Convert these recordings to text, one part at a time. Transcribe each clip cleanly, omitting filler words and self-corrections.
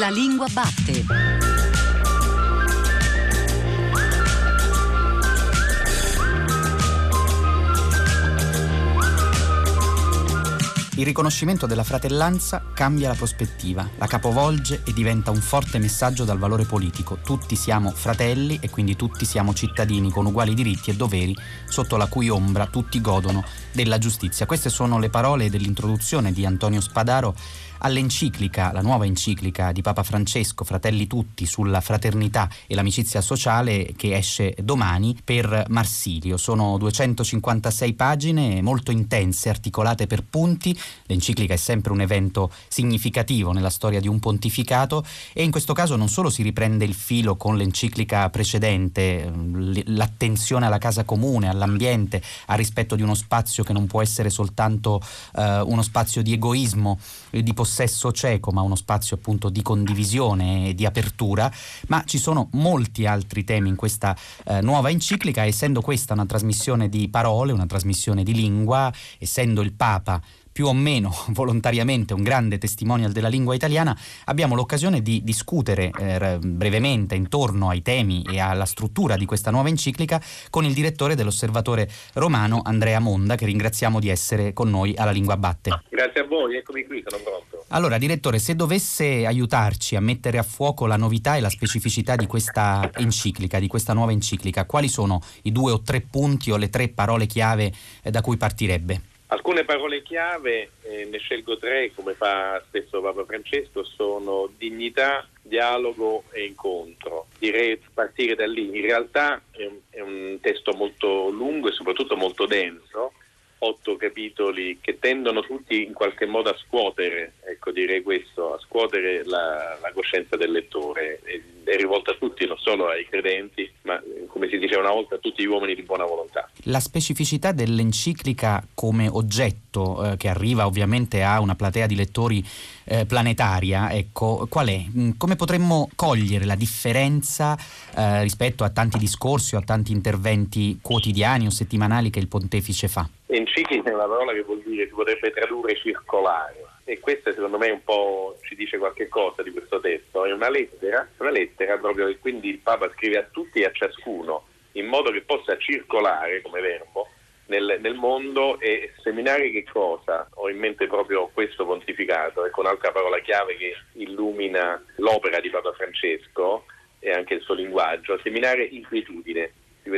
La lingua batte. Il riconoscimento della fratellanza cambia la prospettiva, la capovolge e diventa un forte messaggio dal valore politico. Tutti siamo fratelli e quindi tutti siamo cittadini con uguali diritti e doveri, sotto la cui ombra tutti godono della giustizia. Queste sono le parole dell'introduzione di Antonio Spadaro all'enciclica, la nuova enciclica di Papa Francesco, Fratelli Tutti, sulla fraternità e l'amicizia sociale, che esce domani per Marsilio. Sono 256 pagine molto intense, articolate per punti. L'enciclica è sempre un evento significativo nella storia di un pontificato e in questo caso non solo si riprende il filo con l'enciclica precedente, l'attenzione alla casa comune, all'ambiente, al rispetto di uno spazio che non può essere soltanto uno spazio di egoismo, di possesso cieco, ma uno spazio appunto di condivisione e di apertura. Ma ci sono molti altri temi in questa nuova enciclica. Essendo questa una trasmissione di parole, una trasmissione di lingua, essendo il Papa più o meno volontariamente un grande testimonial della lingua italiana, abbiamo l'occasione di discutere brevemente intorno ai temi e alla struttura di questa nuova enciclica con il direttore dell'Osservatore Romano, Andrea Monda, che ringraziamo di essere con noi alla Lingua Batte. Grazie a voi, eccomi qui, sono pronto. Allora, direttore, se dovesse aiutarci a mettere a fuoco la novità e la specificità di questa enciclica, di questa nuova enciclica, quali sono i 2 o 3 punti o le 3 parole chiave da cui partirebbe? Alcune parole chiave, ne scelgo 3, come fa spesso Papa Francesco, sono dignità, dialogo e incontro. Direi partire da lì. In realtà è un testo molto lungo e soprattutto molto denso, 8 capitoli che tendono tutti in qualche modo a scuotere, direi questo, a scuotere la coscienza del lettore. È rivolta a tutti, non solo ai credenti, ma come si diceva una volta a tutti gli uomini di buona volontà. La specificità dell'enciclica come oggetto, che arriva ovviamente a una platea di lettori planetaria, qual è? Come potremmo cogliere la differenza rispetto a tanti discorsi o a tanti interventi quotidiani o settimanali che il pontefice fa? Enciclica è una parola che vuol dire, si potrebbe tradurre circolare, e questa secondo me un po' ci dice qualche cosa di questo testo. È una lettera proprio che quindi il Papa scrive a tutti e a ciascuno, in modo che possa circolare come verbo nel mondo e seminare che cosa? Ho in mente proprio questo pontificato, ecco un'altra parola chiave che illumina l'opera di Papa Francesco e anche il suo linguaggio: seminare inquietudine.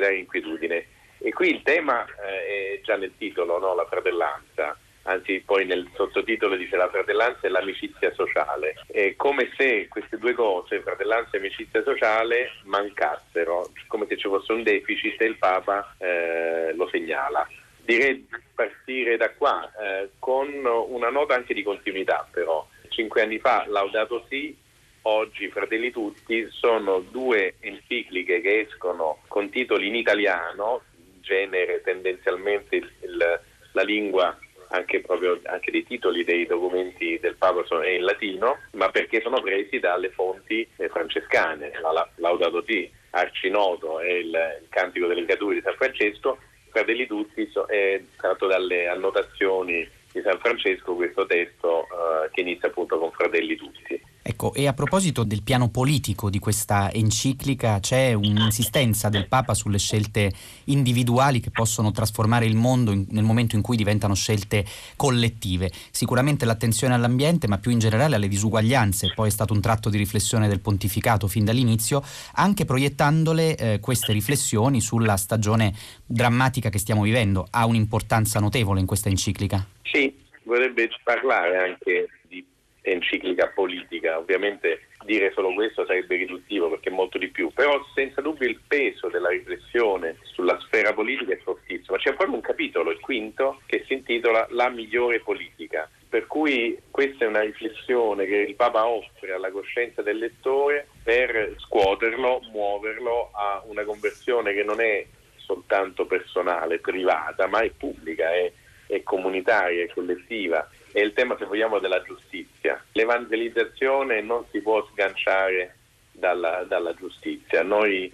E qui il tema è già nel titolo, no? La fratellanza. Anzi, poi nel sottotitolo dice la fratellanza e l'amicizia sociale. È come se queste 2 cose, fratellanza e amicizia sociale, mancassero, come se ci fosse un deficit, e il Papa lo segnala. Direi di partire da qua, con una nota anche di continuità però. 5 anni fa Laudato Si, oggi Fratelli Tutti, sono 2 encicliche che escono con titoli in italiano, genere tendenzialmente la lingua anche dei titoli dei documenti del Papa è in latino, ma perché sono presi dalle fonti francescane. Laudato Si, arcinoto, è il Cantico delle Creature di San Francesco. Fratelli Tutti è tratto dalle annotazioni di San Francesco, questo testo che inizia appunto con Fratelli Tutti. Ecco, e a proposito del piano politico di questa enciclica, c'è un'insistenza del Papa sulle scelte individuali che possono trasformare il mondo nel momento in cui diventano scelte collettive. Sicuramente l'attenzione all'ambiente, ma più in generale alle disuguaglianze, poi è stato un tratto di riflessione del pontificato fin dall'inizio, anche proiettandole queste riflessioni sulla stagione drammatica che stiamo vivendo. Ha un'importanza notevole in questa enciclica? Sì, vorrebbe parlare anche di enciclica politica. Ovviamente dire solo questo sarebbe riduttivo perché è molto di più, però senza dubbio il peso della riflessione sulla sfera politica è fortissimo. C'è proprio un capitolo, il 5°, che si intitola La migliore politica, per cui questa è una riflessione che il Papa offre alla coscienza del lettore per scuoterlo, muoverlo a una conversione che non è soltanto personale, privata, ma è pubblica, è comunitaria, è collettiva. È il tema, se vogliamo, della giustizia. L'evangelizzazione non si può sganciare dalla giustizia. Noi,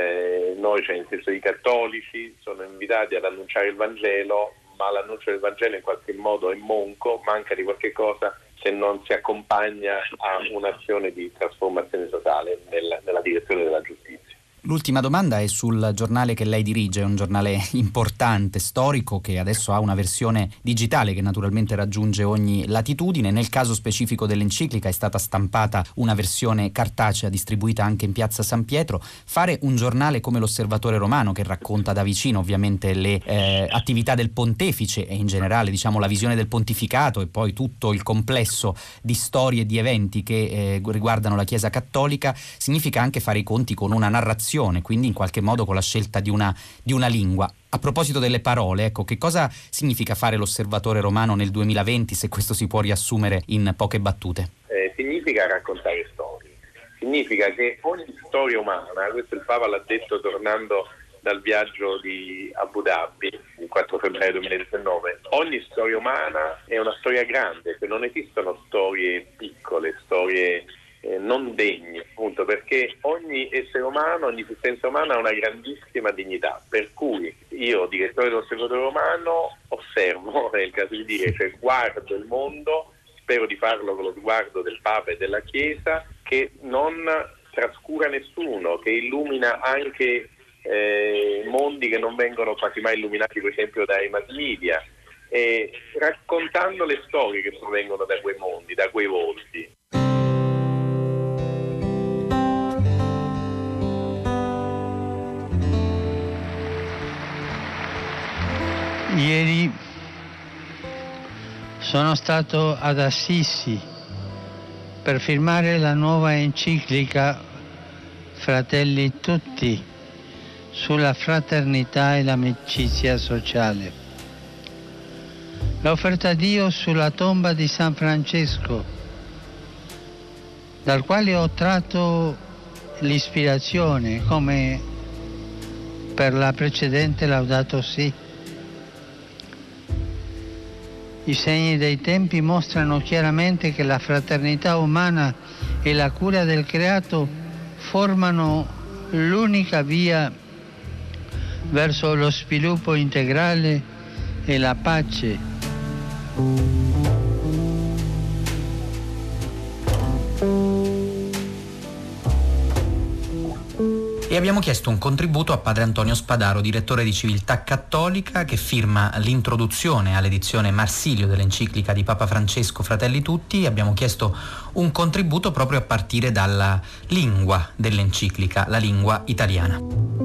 cioè in senso i cattolici, sono invitati ad annunciare il Vangelo, ma l'annuncio del Vangelo in qualche modo è monco, manca di qualche cosa se non si accompagna a un'azione di trasformazione totale nella direzione della giustizia. L'ultima domanda è sul giornale che lei dirige, un giornale importante, storico, che adesso ha una versione digitale che naturalmente raggiunge ogni latitudine. Nel caso specifico dell'enciclica è stata stampata una versione cartacea distribuita anche in piazza San Pietro. Fare un giornale come l'Osservatore Romano, che racconta da vicino ovviamente le attività del pontefice e in generale la visione del pontificato e poi tutto il complesso di storie e di eventi che riguardano la Chiesa Cattolica, significa anche fare i conti con una narrazione, quindi in qualche modo con la scelta di una lingua. A proposito delle parole, che cosa significa fare l'Osservatore Romano nel 2020, se questo si può riassumere in poche battute? Significa raccontare storie, significa che ogni storia umana, questo il Papa l'ha detto tornando dal viaggio di Abu Dhabi il 4 febbraio 2019, ogni storia umana è una storia grande, che non esistono storie piccole, storie non degne, appunto, perché ogni essere umano, ogni esistenza umana ha una grandissima dignità, per cui io, direttore dell'Osservatore Romano, osservo, è il caso di dire, cioè guardo il mondo, spero di farlo con lo sguardo del Papa e della Chiesa, che non trascura nessuno, che illumina anche mondi che non vengono quasi mai illuminati, per esempio dai mass media, raccontando le storie che provengono da quei mondi, da quei volti. Ieri sono stato ad Assisi per firmare la nuova enciclica Fratelli Tutti sulla fraternità e l'amicizia sociale. L'ho offerta a Dio sulla tomba di San Francesco, dal quale ho tratto l'ispirazione, come per la precedente Laudato Si. I segni dei tempi mostrano chiaramente che la fraternità umana e la cura del creato formano l'unica via verso lo sviluppo integrale e la pace. E abbiamo chiesto un contributo a padre Antonio Spadaro, direttore di Civiltà Cattolica, che firma l'introduzione all'edizione Marsilio dell'enciclica di Papa Francesco Fratelli Tutti. Abbiamo chiesto un contributo proprio a partire dalla lingua dell'enciclica, la lingua italiana.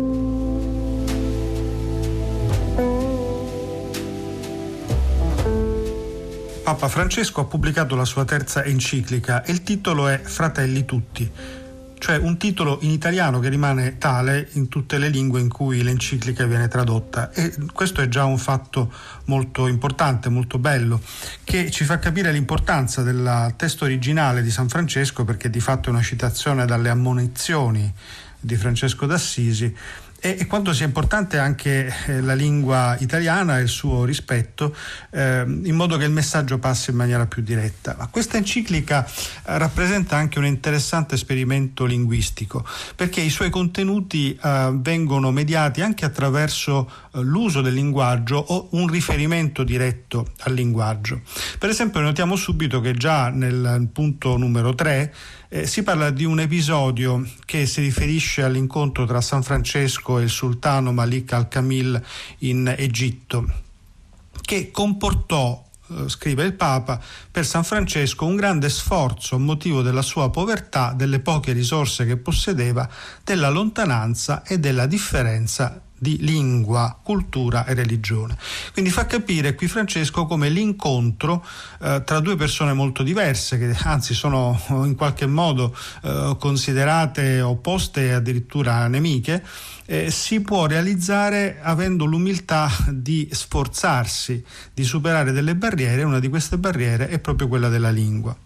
Papa Francesco ha pubblicato la sua terza enciclica e il titolo è Fratelli Tutti, cioè un titolo in italiano che rimane tale in tutte le lingue in cui l'enciclica viene tradotta, e questo è già un fatto molto importante, molto bello, che ci fa capire l'importanza del testo originale di San Francesco, perché di fatto è una citazione dalle ammonizioni di Francesco d'Assisi, e quanto sia importante anche la lingua italiana e il suo rispetto, in modo che il messaggio passi in maniera più diretta. Ma questa enciclica rappresenta anche un interessante esperimento linguistico, perché i suoi contenuti vengono mediati anche attraverso l'uso del linguaggio o un riferimento diretto al linguaggio. Per esempio, notiamo subito che già nel punto numero 3 si parla di un episodio che si riferisce all'incontro tra San Francesco e il sultano Malik al-Kamil in Egitto, che comportò, scrive il Papa, per San Francesco un grande sforzo a motivo della sua povertà, delle poche risorse che possedeva, della lontananza e della differenza di lingua, cultura e religione. Quindi fa capire qui Francesco come l'incontro tra due persone molto diverse, che anzi sono in qualche modo considerate opposte e addirittura nemiche, si può realizzare avendo l'umiltà di sforzarsi di superare delle barriere. Una di queste barriere è proprio quella della lingua.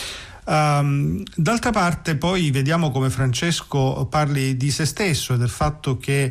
D'altra parte poi vediamo come Francesco parli di se stesso e del fatto che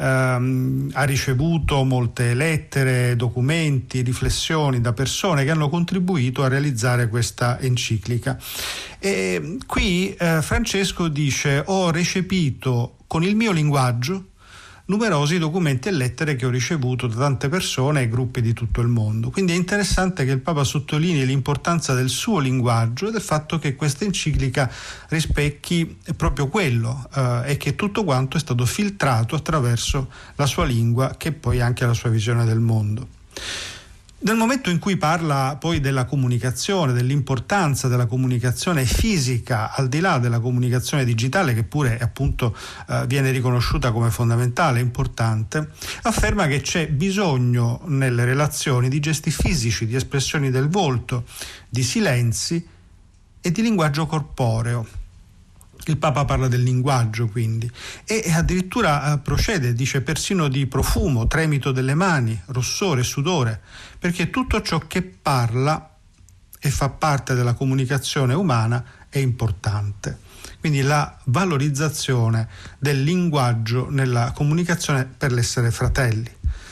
ha ricevuto molte lettere, documenti, riflessioni da persone che hanno contribuito a realizzare questa enciclica. E qui Francesco dice: ho recepito con il mio linguaggio numerosi documenti e lettere che ho ricevuto da tante persone e gruppi di tutto il mondo. Quindi è interessante che il Papa sottolinei l'importanza del suo linguaggio e del fatto che questa enciclica rispecchi proprio quello e che tutto quanto è stato filtrato attraverso la sua lingua, che poi è anche la sua visione del mondo. Nel momento in cui parla poi della comunicazione, dell'importanza della comunicazione fisica al di là della comunicazione digitale, che pure appunto viene riconosciuta come fondamentale, importante, afferma che c'è bisogno nelle relazioni di gesti fisici, di espressioni del volto, di silenzi e di linguaggio corporeo. Il Papa parla del linguaggio, quindi, e addirittura procede, dice persino di profumo, tremito delle mani, rossore, sudore, perché tutto ciò che parla e fa parte della comunicazione umana è importante. Quindi la valorizzazione del linguaggio nella comunicazione per l'essere fratelli.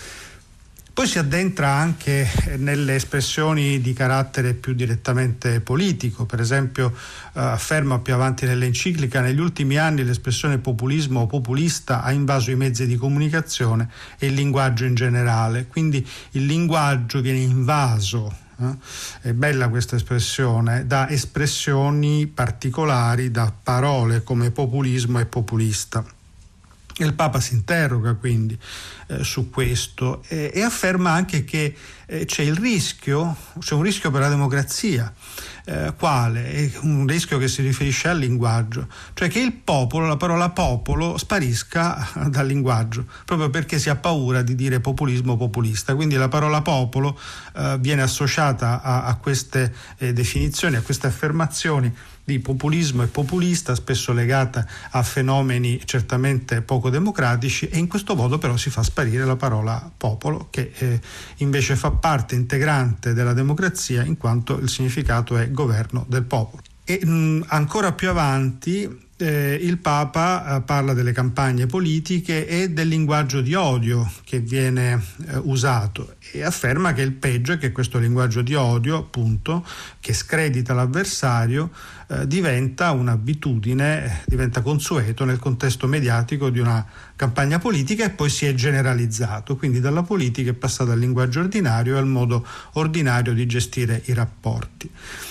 Poi si addentra anche nelle espressioni di carattere più direttamente politico. Per esempio afferma più avanti nell'enciclica: negli ultimi anni l'espressione populismo o populista ha invaso i mezzi di comunicazione e il linguaggio in generale, quindi il linguaggio viene invaso, è bella questa espressione, da espressioni particolari, da parole come populismo e populista. Il Papa si interroga quindi su questo e afferma anche che c'è un rischio per la democrazia. Quale? È un rischio che si riferisce al linguaggio, cioè che il popolo, la parola popolo, sparisca dal linguaggio, proprio perché si ha paura di dire populismo o populista. Quindi la parola popolo viene associata a queste definizioni, a queste affermazioni di populismo e populista, spesso legata a fenomeni certamente poco democratici, e in questo modo però si fa sparire la parola popolo, che invece fa parte integrante della democrazia, in quanto il significato è governo del popolo. E ancora più avanti il Papa parla delle campagne politiche e del linguaggio di odio che viene usato, e afferma che il peggio è che questo linguaggio di odio, appunto, che scredita l'avversario, diventa un'abitudine, diventa consueto nel contesto mediatico di una campagna politica, e poi si è generalizzato. Quindi dalla politica è passato al linguaggio ordinario e al modo ordinario di gestire i rapporti.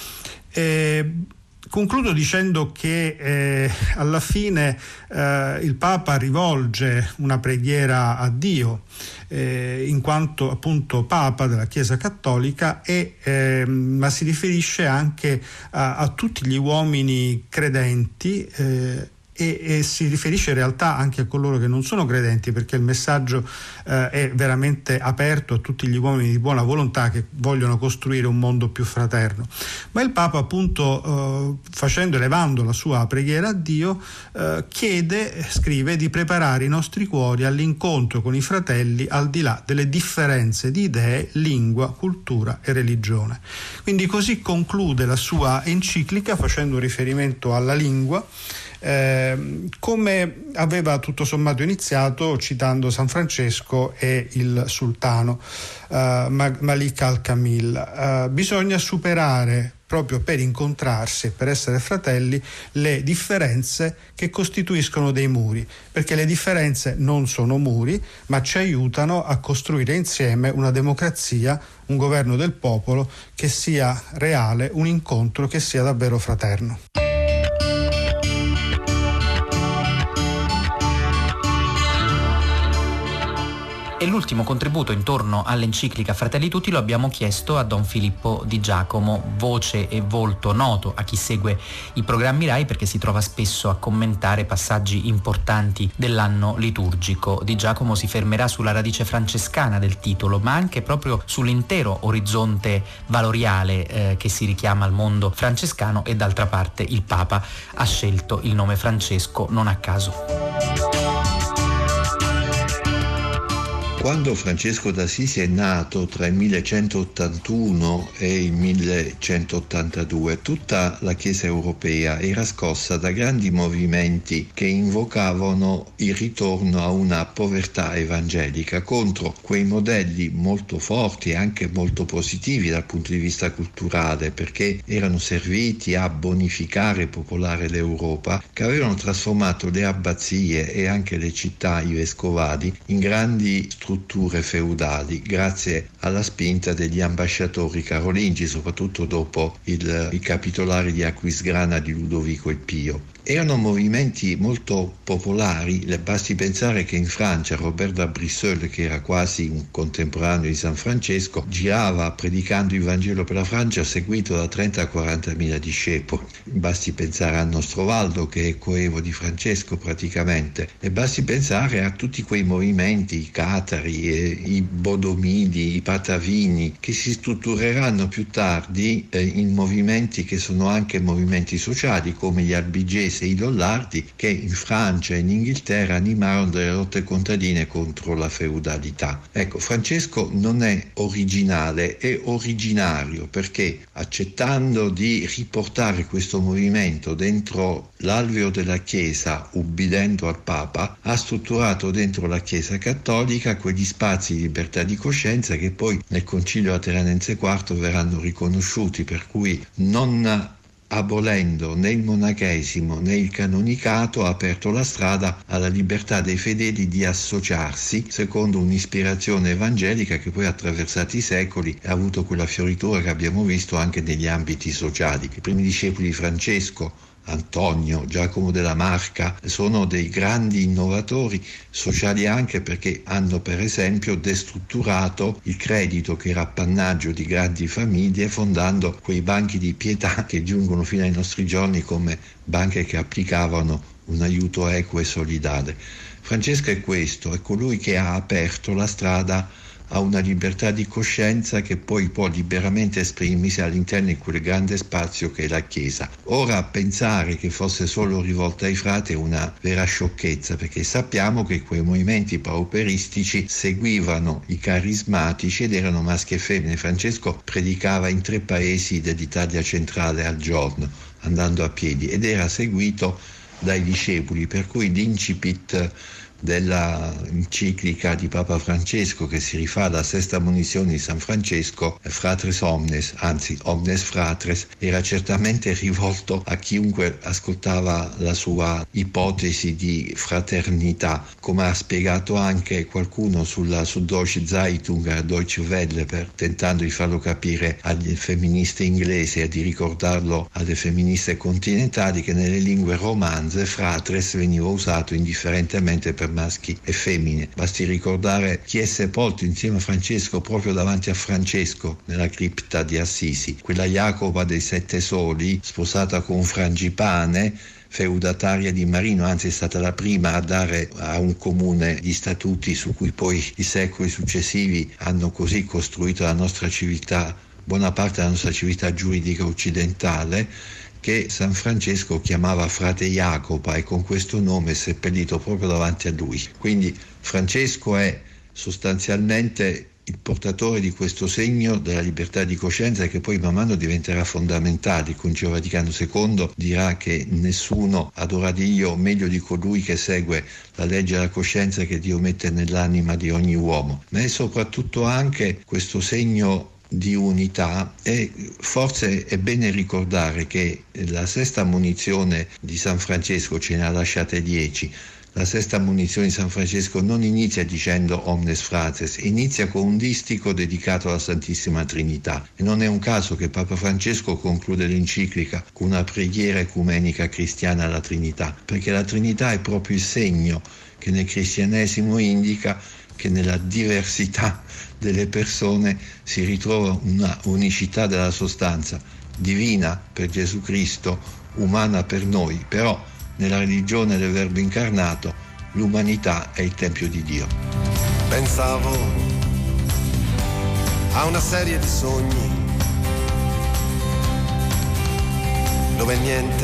Concludo dicendo che alla fine il Papa rivolge una preghiera a Dio, in quanto appunto Papa della Chiesa Cattolica, ma si riferisce anche a tutti gli uomini credenti, e si riferisce in realtà anche a coloro che non sono credenti, perché il messaggio è veramente aperto a tutti gli uomini di buona volontà che vogliono costruire un mondo più fraterno. Ma il Papa, appunto, elevando la sua preghiera a Dio, scrive di preparare i nostri cuori all'incontro con i fratelli al di là delle differenze di idee, lingua, cultura e religione. Quindi così conclude la sua enciclica, facendo un riferimento alla lingua, come aveva tutto sommato iniziato citando San Francesco e il sultano Malik al-Kamil. Bisogna superare, proprio per incontrarsi e per essere fratelli, le differenze che costituiscono dei muri, perché le differenze non sono muri, ma ci aiutano a costruire insieme una democrazia, un governo del popolo che sia reale, un incontro che sia davvero fraterno. E l'ultimo contributo intorno all'enciclica Fratelli Tutti lo abbiamo chiesto a Don Filippo Di Giacomo, voce e volto noto a chi segue i programmi Rai, perché si trova spesso a commentare passaggi importanti dell'anno liturgico. Di Giacomo si fermerà sulla radice francescana del titolo, ma anche proprio sull'intero orizzonte valoriale che si richiama al mondo francescano, e d'altra parte il Papa ha scelto il nome Francesco non a caso. Quando Francesco d'Assisi è nato tra il 1181 e il 1182, tutta la Chiesa europea era scossa da grandi movimenti che invocavano il ritorno a una povertà evangelica contro quei modelli molto forti e anche molto positivi dal punto di vista culturale, perché erano serviti a bonificare e popolare l'Europa, che avevano trasformato le abbazie e anche le città, i vescovadi, in grandi strutture feudali grazie alla spinta degli ambasciatori carolingi, soprattutto dopo i capitolari di Aquisgrana di Ludovico il Pio. Erano movimenti molto popolari, basti pensare che in Francia Robert da Brisseul, che era quasi un contemporaneo di San Francesco, girava predicando il Vangelo per la Francia seguito da 30 a 40 mila discepoli. Basti pensare a Nostrovaldo, che è coevo di Francesco praticamente, e basti pensare a tutti quei movimenti, i catari, i bodomidi, i patavini, che si struttureranno più tardi in movimenti che sono anche movimenti sociali, come gli albigesi e i lollardi, che in Francia e in Inghilterra animarono delle lotte contadine contro la feudalità. Ecco, Francesco non è originale, è originario, perché accettando di riportare questo movimento dentro l'alveo della Chiesa, ubbidendo al Papa, ha strutturato dentro la Chiesa cattolica quegli spazi di libertà di coscienza che poi nel Concilio Lateranense IV verranno riconosciuti, per cui non abolendo né il monachesimo né il canonicato, ha aperto la strada alla libertà dei fedeli di associarsi secondo un'ispirazione evangelica che poi ha attraversato i secoli e ha avuto quella fioritura che abbiamo visto anche negli ambiti sociali. I primi discepoli di Francesco, Antonio, Giacomo della Marca, sono dei grandi innovatori sociali, anche perché hanno per esempio destrutturato il credito che era appannaggio di grandi famiglie, fondando quei banchi di pietà che giungono fino ai nostri giorni come banche che applicavano un aiuto equo e solidale. Francesco è questo, è colui che ha aperto la strada a una libertà di coscienza che poi può liberamente esprimersi all'interno di quel grande spazio che è la Chiesa. Ora, pensare che fosse solo rivolta ai frati è una vera sciocchezza, perché sappiamo che quei movimenti pauperistici seguivano i carismatici ed erano maschi e femmine. Francesco predicava in 3 paesi dell'Italia centrale al giorno, andando a piedi, ed era seguito dai discepoli, per cui l'incipit della enciclica di Papa Francesco, che si rifà alla sesta ammonizione di San Francesco, Fratres Omnes, anzi Omnes Fratres, era certamente rivolto a chiunque ascoltava la sua ipotesi di fraternità, come ha spiegato anche qualcuno su Deutsche Zeitung, Deutsche Welle, tentando di farlo capire agli femministe inglesi e di ricordarlo alle femministe continentali, che nelle lingue romanze fratres veniva usato indifferentemente per maschi e femmine. Basti ricordare chi è sepolto insieme a Francesco proprio davanti a Francesco nella cripta di Assisi, quella Jacopa dei 7 Soli, sposata con Frangipane, feudataria di Marino, anzi è stata la prima a dare a un comune gli statuti su cui poi i secoli successivi hanno così costruito la nostra civiltà, buona parte della nostra civiltà giuridica occidentale, che San Francesco chiamava frate Jacopa, e con questo nome è seppellito proprio davanti a lui. Quindi Francesco è sostanzialmente il portatore di questo segno della libertà di coscienza, che poi man mano diventerà fondamentale. Il Concilio Vaticano II dirà che nessuno adora Dio meglio di colui che segue la legge della coscienza che Dio mette nell'anima di ogni uomo, ma è soprattutto anche questo segno di unità. E forse è bene ricordare che la sesta ammonizione di San Francesco, ce ne ha lasciate 10, la sesta ammonizione di San Francesco non inizia dicendo Omnes Fratres, inizia con un distico dedicato alla Santissima Trinità, e non è un caso che Papa Francesco conclude l'enciclica con una preghiera ecumenica cristiana alla Trinità, perché la Trinità è proprio il segno che nel cristianesimo indica che nella diversità delle persone si ritrova una unicità della sostanza, divina per Gesù Cristo, umana per noi, però nella religione del Verbo incarnato l'umanità è il Tempio di Dio. Pensavo a una serie di sogni dove niente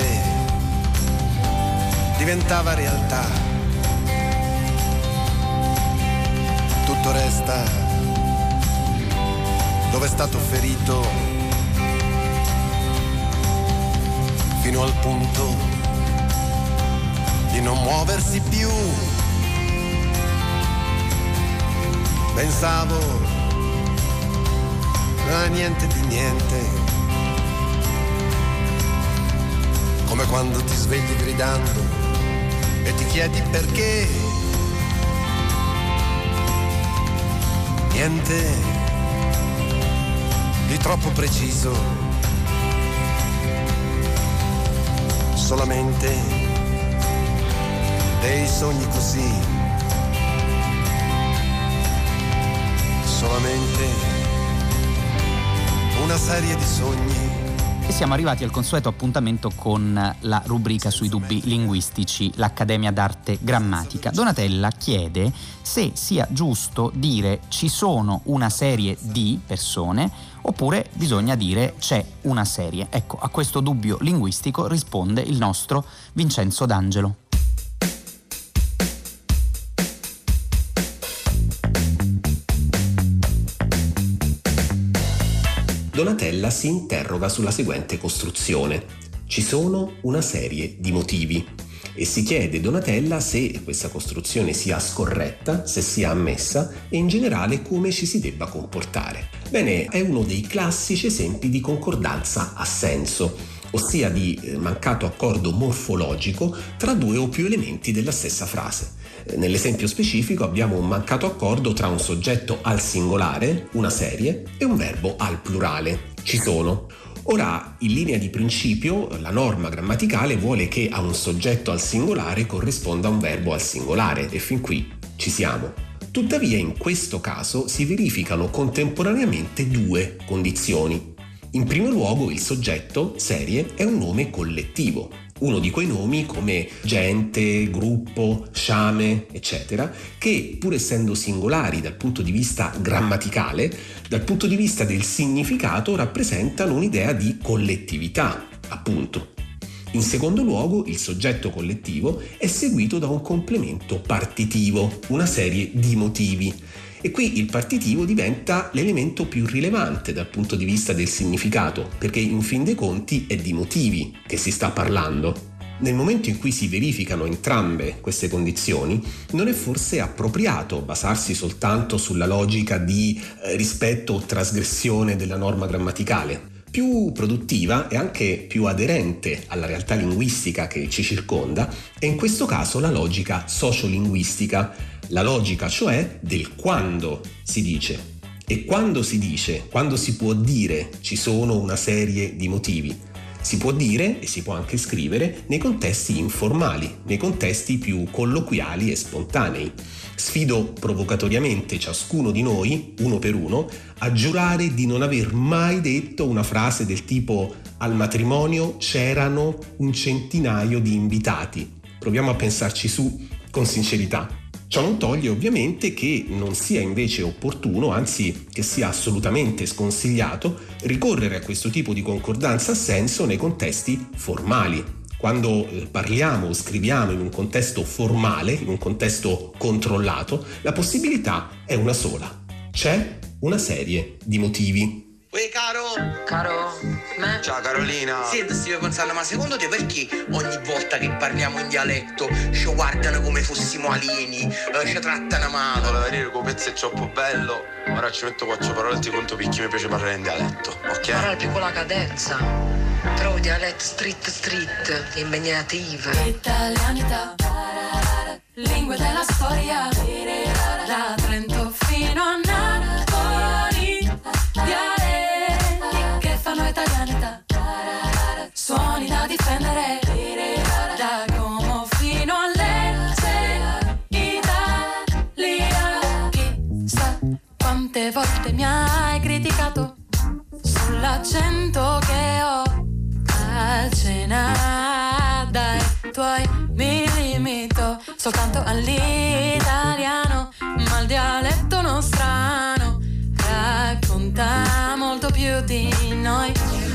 diventava realtà, tutto foresta dove è stato ferito fino al punto di non muoversi più. Pensavo a niente di niente, come quando ti svegli gridando e ti chiedi perché. Niente di troppo preciso, solamente dei sogni così, solamente una serie di sogni. E siamo arrivati al consueto appuntamento con la rubrica sui dubbi linguistici, l'Accademia d'Arte Grammatica. Donatella chiede se sia giusto dire ci sono una serie di persone oppure bisogna dire c'è una serie. Ecco, a questo dubbio linguistico risponde il nostro Vincenzo D'Angelo. Donatella si interroga sulla seguente costruzione. Ci sono una serie di motivi e si chiede Donatella se questa costruzione sia scorretta, se sia ammessa e in generale come ci si debba comportare. Bene, è uno dei classici esempi di concordanza a senso, ossia di mancato accordo morfologico tra due o più elementi della stessa frase. Nell'esempio specifico abbiamo un mancato accordo tra un soggetto al singolare, una serie, e un verbo al plurale, ci sono. Ora, in linea di principio, la norma grammaticale vuole che a un soggetto al singolare corrisponda un verbo al singolare e fin qui ci siamo. Tuttavia, in questo caso si verificano contemporaneamente due condizioni. In primo luogo, il soggetto, serie, è un nome collettivo. Uno di quei nomi come gente, gruppo, sciame, eccetera, che pur essendo singolari dal punto di vista grammaticale, dal punto di vista del significato rappresentano un'idea di collettività, appunto. In secondo luogo, il soggetto collettivo è seguito da un complemento partitivo, una serie di motivi. E qui il partitivo diventa l'elemento più rilevante dal punto di vista del significato, perché in fin dei conti è di motivi che si sta parlando. Nel momento in cui si verificano entrambe queste condizioni, non è forse appropriato basarsi soltanto sulla logica di rispetto o trasgressione della norma grammaticale. Più produttiva e anche più aderente alla realtà linguistica che ci circonda è in questo caso la logica sociolinguistica, la logica cioè del quando si dice. E quando si dice, quando si può dire ci sono una serie di motivi, si può dire e si può anche scrivere nei contesti informali, nei contesti più colloquiali e spontanei. Sfido provocatoriamente ciascuno di noi, uno per uno, a giurare di non aver mai detto una frase del tipo al matrimonio c'erano un centinaio di invitati. Proviamo a pensarci su con sincerità. Ciò non toglie ovviamente che non sia invece opportuno, anzi che sia assolutamente sconsigliato, ricorrere a questo tipo di concordanza a senso nei contesti formali. Quando parliamo o scriviamo in un contesto formale, in un contesto controllato, la possibilità è una sola. C'è una serie di motivi. Uè caro! Caro? Me? Ciao Carolina! Senti, stavo pensando, ma secondo te perché ogni volta che parliamo in dialetto ci guardano come fossimo alieni, ci trattano male? Allora venire con pezzo è troppo bello, ora ci metto 4 parole e ti conto perché mi piace parlare in dialetto, ok? Parla più con la cadenza, trovo dialetto street, impegnative. Italianità, lingue della storia, da Trento fino a Napoli, dialetti che fanno italianità, suoni da difendere, da Como fino a Lecce, Italia. Chissà quante volte mi hai criticato sull'accento che ho a cena, dai tuoi mi limito soltanto all'italiano, ma il dialetto nostrano racconta molto più di noi. Non voglio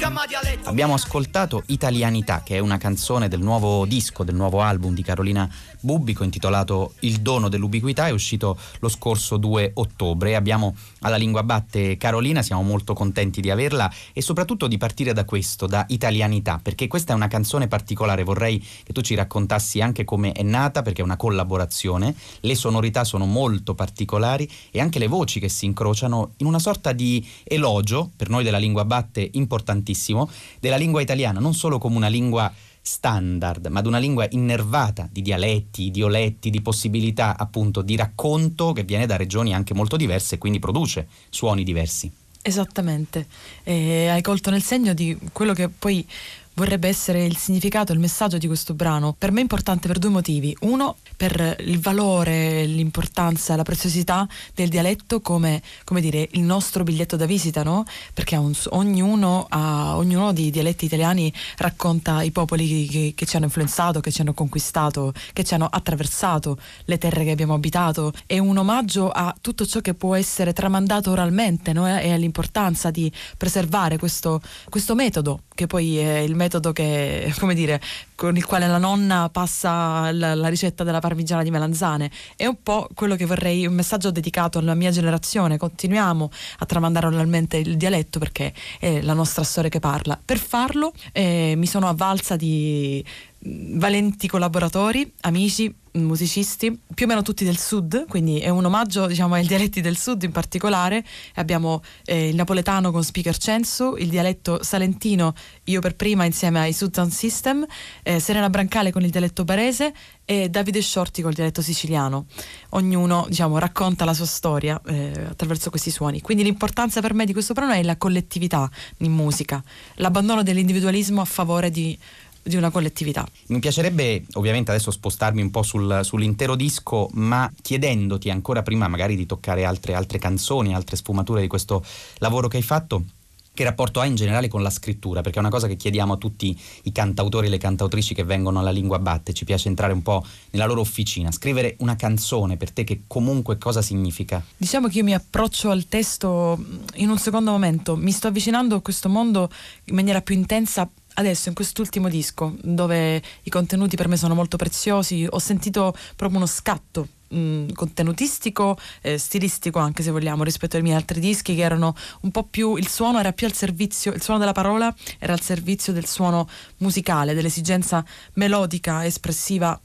Abbiamo ascoltato Italianità, che è una canzone del nuovo disco, del nuovo album di Carolina Bubbico intitolato Il dono dell'ubiquità, è uscito lo scorso 2 ottobre. Abbiamo alla Linguabatte Carolina, siamo molto contenti di averla e soprattutto di partire da questo, da Italianità, perché questa è una canzone particolare. Vorrei che tu ci raccontassi anche come è nata, perché è una collaborazione, le sonorità sono molto particolari e anche le voci che si incrociano in una sorta di elogio, per noi della Linguabatte importantissimo, della lingua italiana, non solo come una lingua standard, ma ad una lingua innervata di dialetti, idioletti, di possibilità appunto di racconto che viene da regioni anche molto diverse e quindi produce suoni diversi. Esattamente, hai colto nel segno di quello che poi vorrebbe essere il significato, il messaggio di questo brano. Per me è importante per 2 motivi. Uno, per il valore, l'importanza, la preziosità del dialetto come dire, il nostro biglietto da visita, no? Perché ognuno dei dialetti italiani racconta i popoli che ci hanno influenzato, che ci hanno conquistato, che ci hanno attraversato le terre che abbiamo abitato. È un omaggio a tutto ciò che può essere tramandato oralmente, no? E all'importanza di preservare questo metodo, che poi è il metodo che, come dire, con il quale la nonna passa la ricetta della parmigiana di melanzane. È un po' quello che vorrei, un messaggio dedicato alla mia generazione. Continuiamo a tramandare oralmente il dialetto perché è la nostra storia che parla. Per farlo mi sono avvalsa di valenti collaboratori, amici, musicisti, più o meno tutti del sud, quindi è un omaggio, diciamo, ai dialetti del sud in particolare. Abbiamo il napoletano con Speaker Censo, il dialetto salentino, io per prima insieme ai Sud Sound System, Serena Brancale con il dialetto barese e Davide Sciorti col dialetto siciliano. Ognuno, diciamo, racconta la sua storia attraverso questi suoni. Quindi l'importanza per me di questo brano è la collettività in musica, l'abbandono dell'individualismo a favore di una collettività. Mi piacerebbe ovviamente adesso spostarmi un po' sull'intero disco, ma chiedendoti ancora prima magari di toccare altre canzoni, altre sfumature di questo lavoro che hai fatto, che rapporto hai in generale con la scrittura? Perché è una cosa che chiediamo a tutti i cantautori e le cantautrici che vengono alla Linguabatte, ci piace entrare un po' nella loro officina. Scrivere una canzone per te che comunque cosa significa? Diciamo che io mi approccio al testo in un secondo momento, mi sto avvicinando a questo mondo in maniera più intensa adesso in quest'ultimo disco, dove i contenuti per me sono molto preziosi. Ho sentito proprio uno scatto contenutistico, stilistico anche se vogliamo, rispetto ai miei altri dischi che erano un po' più, il suono era più al servizio, il suono della parola era al servizio del suono musicale, dell'esigenza melodica, espressiva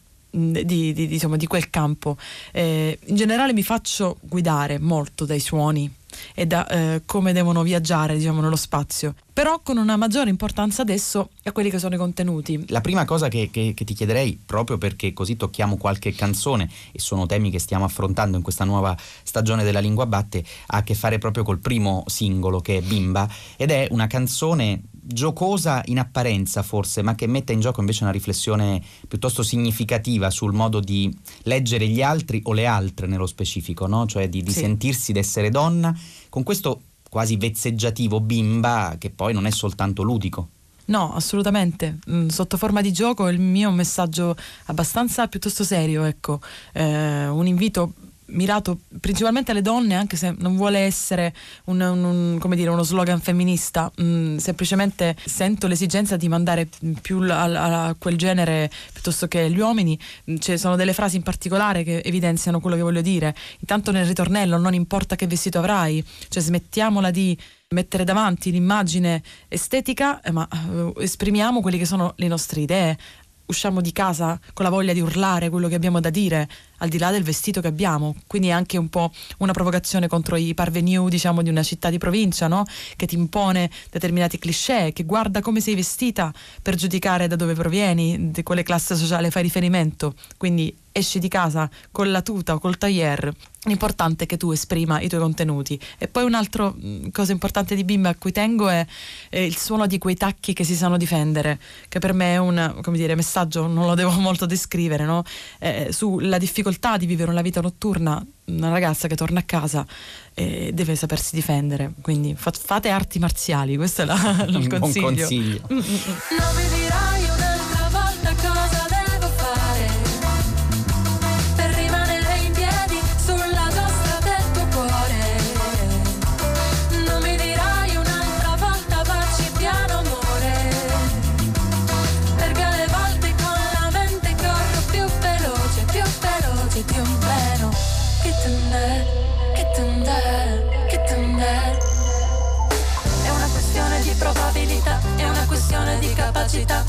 di quel campo. In generale mi faccio guidare molto dai suoni e da come devono viaggiare, diciamo, nello spazio, però con una maggiore importanza adesso a quelli che sono i contenuti. La prima cosa che ti chiederei, proprio perché così tocchiamo qualche canzone e sono temi che stiamo affrontando in questa nuova stagione della Linguabatte, ha a che fare proprio col primo singolo, che è Bimba, ed è una canzone giocosa in apparenza forse, ma che mette in gioco invece una riflessione piuttosto significativa sul modo di leggere gli altri o le altre nello specifico, no? Cioè di sì, sentirsi d'essere donna, con questo quasi vezzeggiativo bimba che poi non è soltanto ludico. No, assolutamente. Sotto forma di gioco il mio è un messaggio abbastanza piuttosto serio, ecco, un invito mirato principalmente alle donne, anche se non vuole essere uno slogan femminista. Semplicemente sento l'esigenza di mandare più a quel genere piuttosto che gli uomini. Ci sono delle frasi in particolare che evidenziano quello che voglio dire. Intanto nel ritornello: non importa che vestito avrai, cioè smettiamola di mettere davanti l'immagine estetica, ma esprimiamo quelle che sono le nostre idee. Usciamo di casa con la voglia di urlare quello che abbiamo da dire, al di là del vestito che abbiamo. Quindi è anche un po' una provocazione contro i parvenu, diciamo, di una città di provincia, no? Che ti impone determinati cliché, che guarda come sei vestita per giudicare da dove provieni, di quale classe sociale fai riferimento. Quindi esci di casa con la tuta o col tailleur, l'importante è che tu esprima i tuoi contenuti. E poi un'altra cosa importante di Bimba a cui tengo è il suono di quei tacchi che si sanno difendere, che per me è un, come dire, messaggio, non lo devo molto descrivere, no? Sulla difficoltà di vivere una vita notturna. Una ragazza che torna a casa deve sapersi difendere, quindi fate arti marziali, questo è il consiglio. Un consiglio. Non mi dirai un'altra volta cosa devo fare per rimanere in piedi sulla giostra del tuo cuore. Non mi dirai un'altra volta baci piano amore. questione di capacità.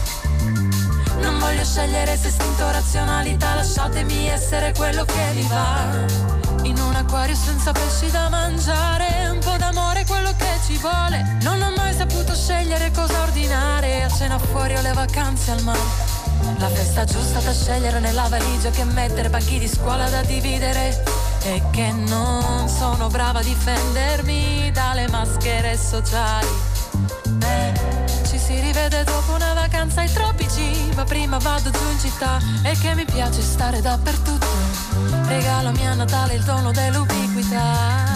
Non voglio scegliere se istinto o razionalità, lasciatemi essere quello che mi va. In un acquario senza pesci da mangiare, un po' d'amore quello che ci vuole. Non ho mai saputo scegliere cosa ordinare, a cena fuori o le vacanze al mare. La festa giusta da scegliere nella valigia che mettere, banchi di scuola da dividere. E che non sono brava a difendermi dalle maschere sociali. Ci si rivede dopo una vacanza ai tropici, ma prima vado giù in città e che mi piace stare dappertutto. Regalami a Natale il dono dell'ubiquità.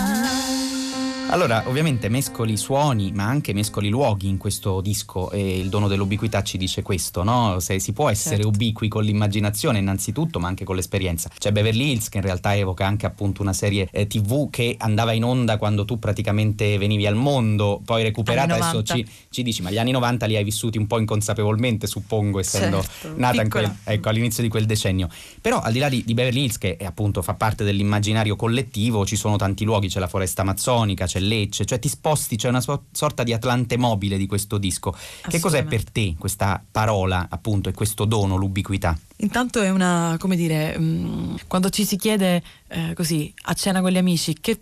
Allora, ovviamente mescoli suoni, ma anche mescoli luoghi in questo disco, e il dono dell'ubiquità ci dice questo, no? Se si può essere ubiqui con l'immaginazione innanzitutto, ma anche con l'esperienza. C'è Beverly Hills, che in realtà evoca anche appunto una serie TV che andava in onda quando tu praticamente venivi al mondo, poi recuperata. Adesso ci dici, ma gli anni 90 li hai vissuti un po' inconsapevolmente, suppongo, essendo nata all'inizio di quel decennio. Però al di là di Beverly Hills, che appunto fa parte dell'immaginario collettivo, ci sono tanti luoghi, c'è la foresta amazzonica, c'è Lecce, cioè ti sposti, c'è una sorta di Atlante mobile di questo disco. Che cos'è per te questa parola appunto e questo dono, l'ubiquità? Intanto è una, come dire, quando ci si chiede così a cena con gli amici che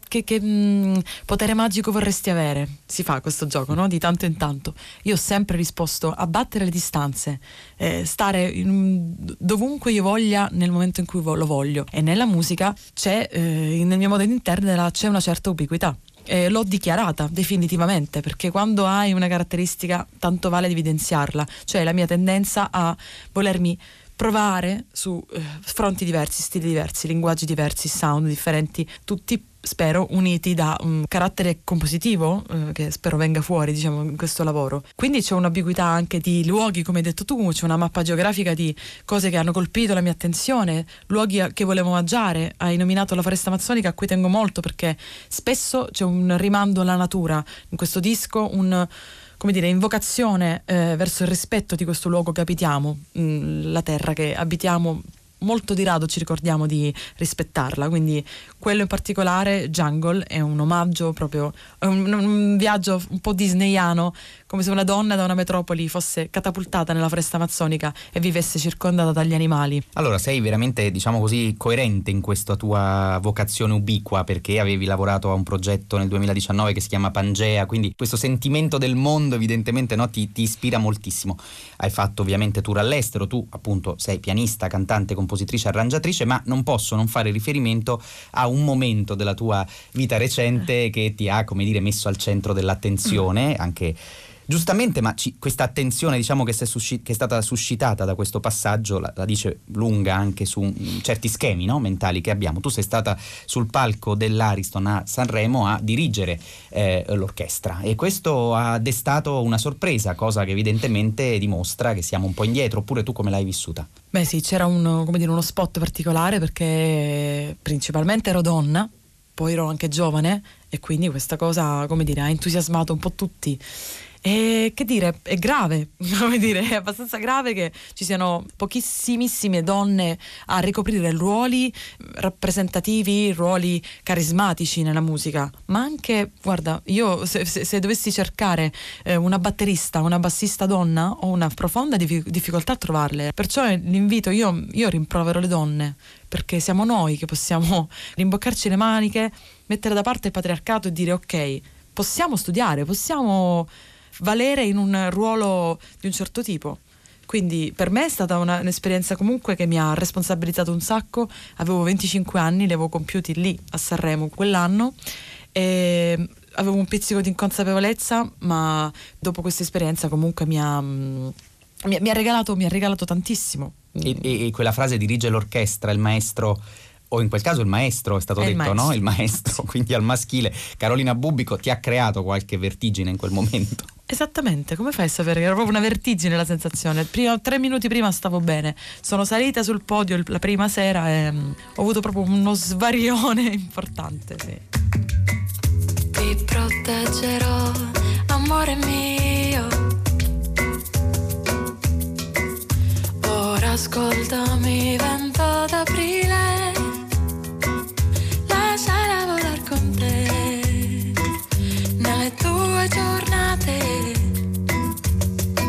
potere magico vorresti avere, si fa questo gioco, no? Di tanto in tanto. Io ho sempre risposto: abbattere le distanze, stare dovunque io voglia nel momento in cui lo voglio. E nella musica c'è, nel mio modo di intendere, c'è una certa ubiquità. L'ho dichiarata definitivamente, perché quando hai una caratteristica tanto vale evidenziarla, cioè la mia tendenza a volermi provare su fronti diversi, stili diversi, linguaggi diversi, sound differenti, tutti spero uniti da un carattere compositivo che spero venga fuori, diciamo, in questo lavoro. Quindi c'è un'ambiguità anche di luoghi, come hai detto tu, c'è una mappa geografica di cose che hanno colpito la mia attenzione, luoghi che volevo mangiare. Hai nominato la foresta amazzonica, a cui tengo molto, perché spesso c'è un rimando alla natura in questo disco, come dire, invocazione verso il rispetto di questo luogo che abitiamo, la terra che abitiamo. Molto di rado ci ricordiamo di rispettarla, quindi quello in particolare, Jungle, è un omaggio proprio, un viaggio un po' disneyano, come se una donna da una metropoli fosse catapultata nella foresta amazzonica e vivesse circondata dagli animali. Allora sei veramente, diciamo così, coerente in questa tua vocazione ubiqua, perché avevi lavorato a un progetto nel 2019 che si chiama Pangea, quindi questo sentimento del mondo evidentemente, no, ti ispira moltissimo. Hai fatto ovviamente tour all'estero, tu appunto sei pianista, cantante, compositrice, arrangiatrice, ma non posso non fare riferimento a un momento della tua vita recente che ti ha, come dire, messo al centro dell'attenzione, anche giustamente, ma questa attenzione, diciamo, che è stata suscitata da questo passaggio la dice lunga anche su certi schemi, no, mentali che abbiamo. Tu sei stata sul palco dell'Ariston a Sanremo a dirigere l'orchestra, e questo ha destato una sorpresa, cosa che evidentemente dimostra che siamo un po' indietro. Oppure tu come l'hai vissuta? Beh sì, c'era uno spot particolare, perché principalmente ero donna, poi ero anche giovane, e quindi questa cosa, come dire, ha entusiasmato un po' tutti. E che dire, è grave, come dire, è abbastanza grave che ci siano pochissimissime donne a ricoprire ruoli rappresentativi, ruoli carismatici nella musica. Ma anche, guarda, io se dovessi cercare una batterista, una bassista donna, ho una profonda difficoltà a trovarle. Perciò l'invito, io rimprovero le donne, perché siamo noi che possiamo rimboccarci le maniche, mettere da parte il patriarcato e dire: ok, possiamo studiare, possiamo valere in un ruolo di un certo tipo. Quindi per me è stata un'esperienza comunque che mi ha responsabilizzato un sacco. Avevo 25 anni, li avevo compiuti lì a Sanremo quell'anno, e avevo un pizzico di inconsapevolezza, ma dopo questa esperienza comunque mi ha regalato tantissimo. E quella frase dirige l'orchestra, il maestro, o in quel caso il maestro è stato detto, maestro. No? Il maestro, quindi al maschile. Carolina Bubico, ti ha creato qualche vertigine in quel momento? Esattamente, come fai a sapere? Era proprio una vertigine la sensazione. 3 minuti prima stavo bene, sono salita sul podio la prima sera e ho avuto proprio uno svarione importante, sì. Ti proteggerò, amore mio. Ora ascoltami, vento d'aprile, lasciala volar con te nelle tue giornate.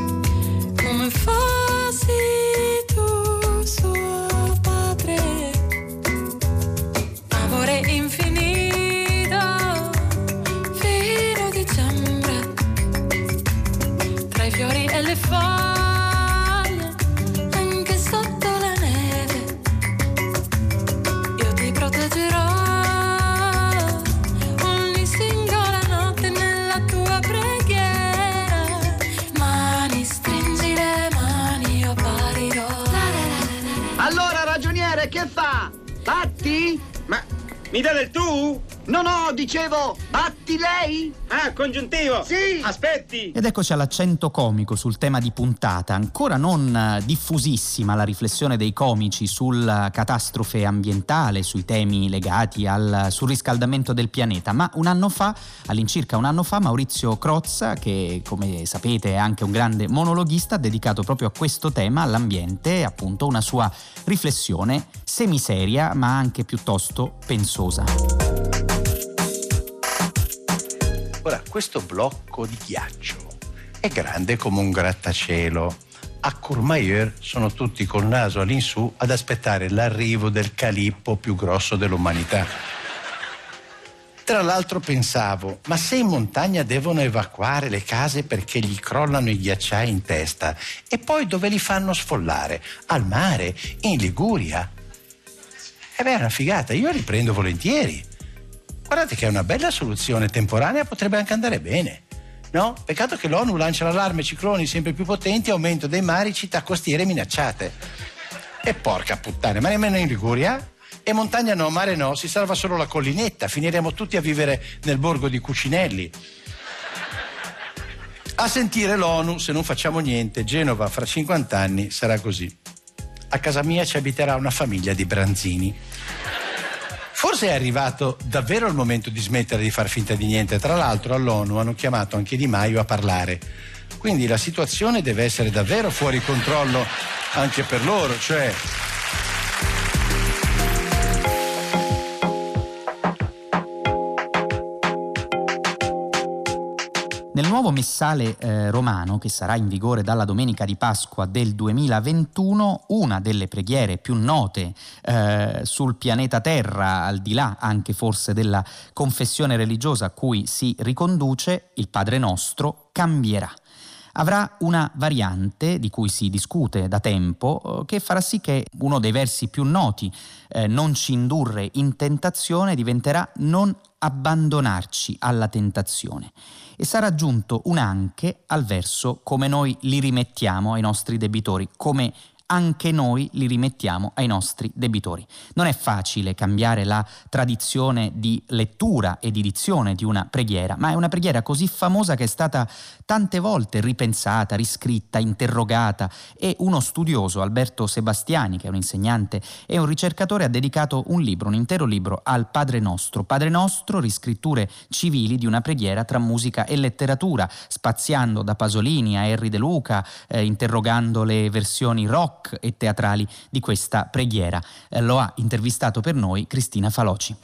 Batti? Ma mi dà del tu? No, dicevo, batti lei? Ah, congiuntivo? Sì! Aspetti! Ed eccoci all'accento comico sul tema di puntata. Ancora non diffusissima la riflessione dei comici sulla catastrofe ambientale, sui temi legati al surriscaldamento del pianeta, ma all'incirca un anno fa, Maurizio Crozza, che come sapete è anche un grande monologhista, ha dedicato proprio a questo tema, all'ambiente, appunto una sua riflessione semiseria ma anche piuttosto pensosa. Ora, questo blocco di ghiaccio è grande come un grattacielo. A Courmayeur sono tutti col naso all'insù ad aspettare l'arrivo del calippo più grosso dell'umanità. Tra l'altro pensavo, ma se in montagna devono evacuare le case perché gli crollano i ghiacciai in testa, e poi dove li fanno sfollare? Al mare? In Liguria? È una figata, io li prendo volentieri. Guardate che è una bella soluzione temporanea, potrebbe anche andare bene, no? Peccato che l'ONU lancia l'allarme cicloni sempre più potenti, aumento dei mari, città costiere minacciate. E porca puttana, ma nemmeno in Liguria? E montagna no, mare no, si salva solo la collinetta, finiremo tutti a vivere nel borgo di Cucinelli. A sentire l'ONU, se non facciamo niente, Genova fra 50 anni sarà così. A casa mia ci abiterà una famiglia di branzini. Forse è arrivato davvero il momento di smettere di far finta di niente. Tra l'altro all'ONU hanno chiamato anche Di Maio a parlare. Quindi la situazione deve essere davvero fuori controllo anche per loro, cioè... Nel nuovo messale romano, che sarà in vigore dalla domenica di Pasqua del 2021, una delle preghiere più note sul pianeta Terra, al di là anche forse della confessione religiosa a cui si riconduce, il Padre Nostro, cambierà. Avrà una variante di cui si discute da tempo, che farà sì che uno dei versi più noti, non ci indurre in tentazione, diventerà non abbandonarci alla tentazione. E sarà aggiunto un anche al verso come noi li rimettiamo ai nostri debitori, come anche noi li rimettiamo ai nostri debitori. Non è facile cambiare la tradizione di lettura e di dizione di una preghiera, ma è una preghiera così famosa che è stata tante volte ripensata, riscritta, interrogata, e uno studioso, Alberto Sebastiani, che è un insegnante e un ricercatore, ha dedicato un intero libro al Padre Nostro. Padre Nostro, riscritture civili di una preghiera tra musica e letteratura, spaziando da Pasolini a Henry De Luca, interrogando le versioni rock e teatrali di questa preghiera. Lo ha intervistato per noi Cristina Faloci.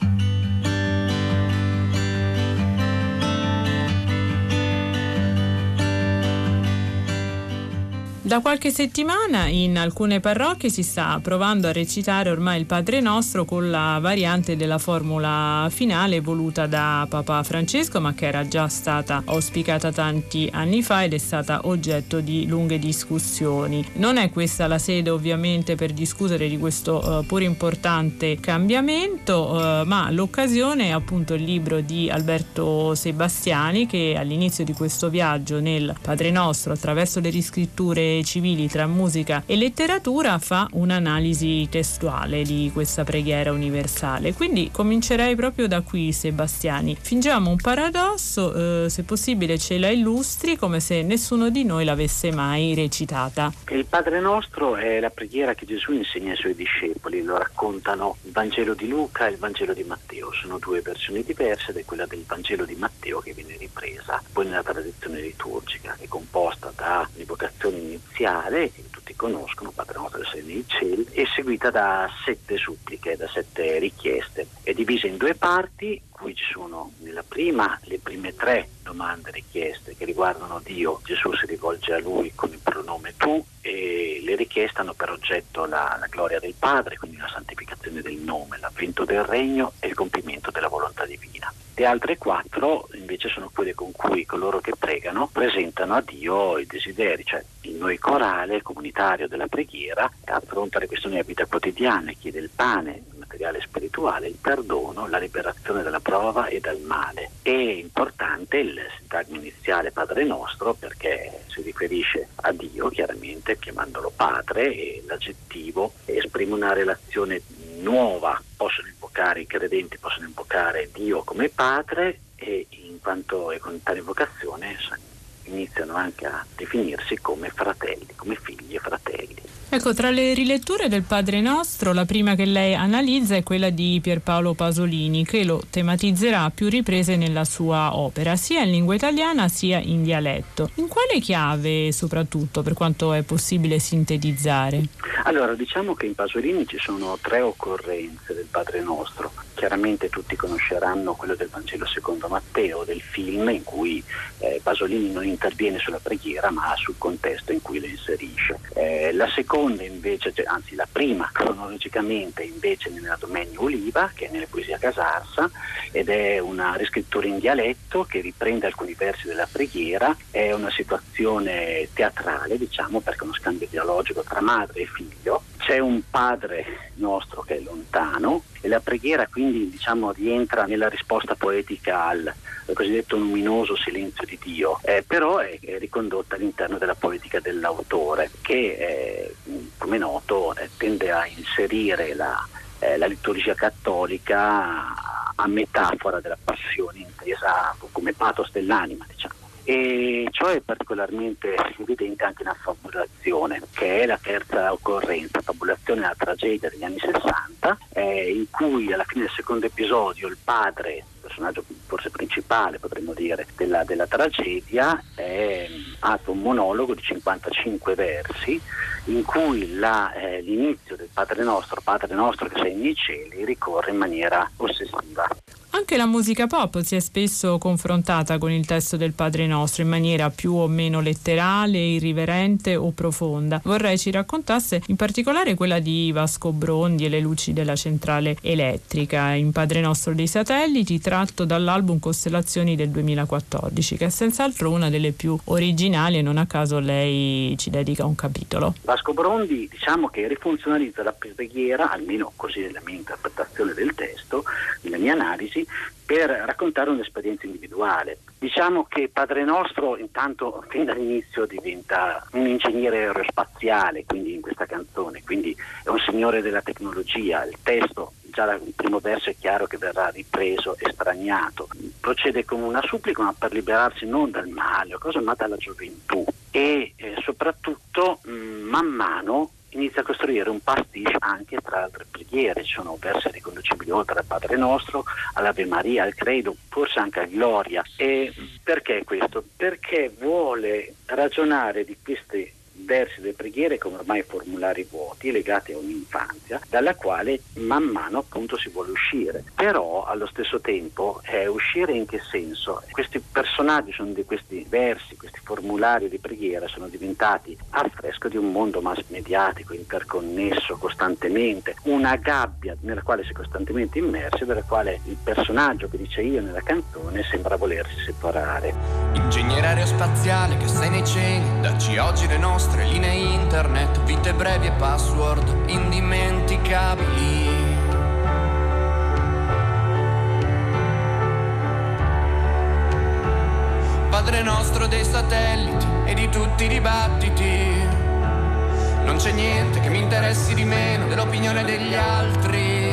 Da qualche settimana in alcune parrocchie si sta provando a recitare ormai il Padre Nostro con la variante della formula finale voluta da Papa Francesco, ma che era già stata auspicata tanti anni fa ed è stata oggetto di lunghe discussioni. Non è questa la sede ovviamente per discutere di questo pur importante cambiamento, ma l'occasione è appunto il libro di Alberto Sebastiani, che all'inizio di questo viaggio nel Padre Nostro attraverso le riscritture civili tra musica e letteratura fa un'analisi testuale di questa preghiera universale. Quindi comincerei proprio da qui, Sebastiani. Fingiamo un paradosso, se possibile ce la illustri come se nessuno di noi l'avesse mai recitata. Il Padre Nostro è la preghiera che Gesù insegna ai suoi discepoli, lo raccontano il Vangelo di Luca e il Vangelo di Matteo. Sono due versioni diverse ed è quella del Vangelo di Matteo che viene ripresa poi nella tradizione liturgica, che è composta da un'evocazione iniziale che tutti conoscono, Padre Nostro che sei nei cieli, è seguita da 7 suppliche, da 7 richieste. È divisa in 2 parti, cui ci sono nella prima le prime 3 domande richieste che riguardano Dio. Gesù si rivolge a lui con il pronome tu e le richieste hanno per oggetto la gloria del Padre, quindi la santificazione del nome, l'avvento del regno e il compimento della volontà divina. Le altre 4 invece sono quelle con cui coloro che pregano presentano a Dio i desideri, cioè il noi corale comunitario della preghiera affronta le questioni della vita quotidiana, chiede il pane, il materiale spirituale, il perdono, la liberazione dalla prova e dal male. È importante il sintagma iniziale Padre Nostro perché si riferisce a Dio chiaramente chiamandolo Padre, e l'aggettivo esprime una relazione nuova, i credenti possono invocare Dio come Padre, e in quanto e con tale invocazione iniziano anche a definirsi come fratelli, come figli e fratelli. Ecco, tra le riletture del Padre Nostro, la prima che lei analizza è quella di Pierpaolo Pasolini, che lo tematizzerà a più riprese nella sua opera, sia in lingua italiana sia in dialetto. In quale chiave, soprattutto, per quanto è possibile sintetizzare? Allora, diciamo che in Pasolini ci sono 3 occorrenze del Padre Nostro. Chiaramente tutti conosceranno quello del Vangelo secondo Matteo, del film, in cui Pasolini non interviene sulla preghiera ma sul contesto in cui lo inserisce. La seconda invece, anzi la prima cronologicamente invece nella Domenio Oliva, che è nelle Poesie a Casarsa, ed è una riscrittura in dialetto che riprende alcuni versi della preghiera. È una situazione teatrale, diciamo, perché è uno scambio dialogico tra madre e figlio. C'è un Padre Nostro che è lontano e la preghiera quindi, diciamo, rientra nella risposta poetica al cosiddetto luminoso silenzio di Dio, però è ricondotta all'interno della poetica dell'autore, che come noto tende a inserire la liturgia cattolica a metafora della passione, intesa come pathos dell'anima, diciamo. E ciò è particolarmente evidente anche nella fabulazione, che è la terza occorrenza. Fabulazione è una tragedia degli anni 60, in cui alla fine del secondo episodio il padre, personaggio forse principale potremmo dire della tragedia, ha un monologo di 55 versi in cui l'inizio del Padre Nostro che sei nei cieli ricorre in maniera ossessiva. Anche la musica pop si è spesso confrontata con il testo del Padre Nostro in maniera più o meno letterale, irriverente o profonda. Vorrei ci raccontasse in particolare quella di Vasco Brondi e le luci della centrale elettrica, in Padre Nostro dei satelliti, tratto dall'album Costellazioni del 2014, che è senz'altro una delle più originali e non a caso lei ci dedica un capitolo. Vasco Brondi, diciamo che rifunzionalizza la preghiera, almeno così nella mia interpretazione del testo, nella mia analisi, per raccontare un'esperienza individuale. Diciamo che Padre Nostro intanto fin dall'inizio diventa un ingegnere aerospaziale, quindi in questa canzone, quindi è un signore della tecnologia. Il testo, già dal primo verso è chiaro che verrà ripreso e straniato. Procede con una supplica, ma per liberarsi non dal male, ma dalla gioventù, e soprattutto man mano inizia a costruire un pastiche anche tra altre preghiere. Ci sono versi riconducibili oltre al Padre Nostro, all'Ave Maria, al Credo, forse anche a Gloria. E perché questo? Perché vuole ragionare di questi versi delle preghiere come ormai formulari vuoti legati a un'infanzia dalla quale man mano appunto si vuole uscire, però allo stesso tempo uscire in che senso? Questi personaggi sono di questi versi, questi formulari di preghiera sono diventati affresco di un mondo mass mediatico interconnesso costantemente, una gabbia nella quale si è costantemente immersi, dalla quale il personaggio che dice io nella canzone sembra volersi separare. Ingegnere aerospaziale che sei nei cieli, dacci oggi le nostre linee internet, vite brevi e password indimenticabili. Padre Nostro dei satelliti e di tutti i dibattiti, non c'è niente che mi interessi di meno dell'opinione degli altri.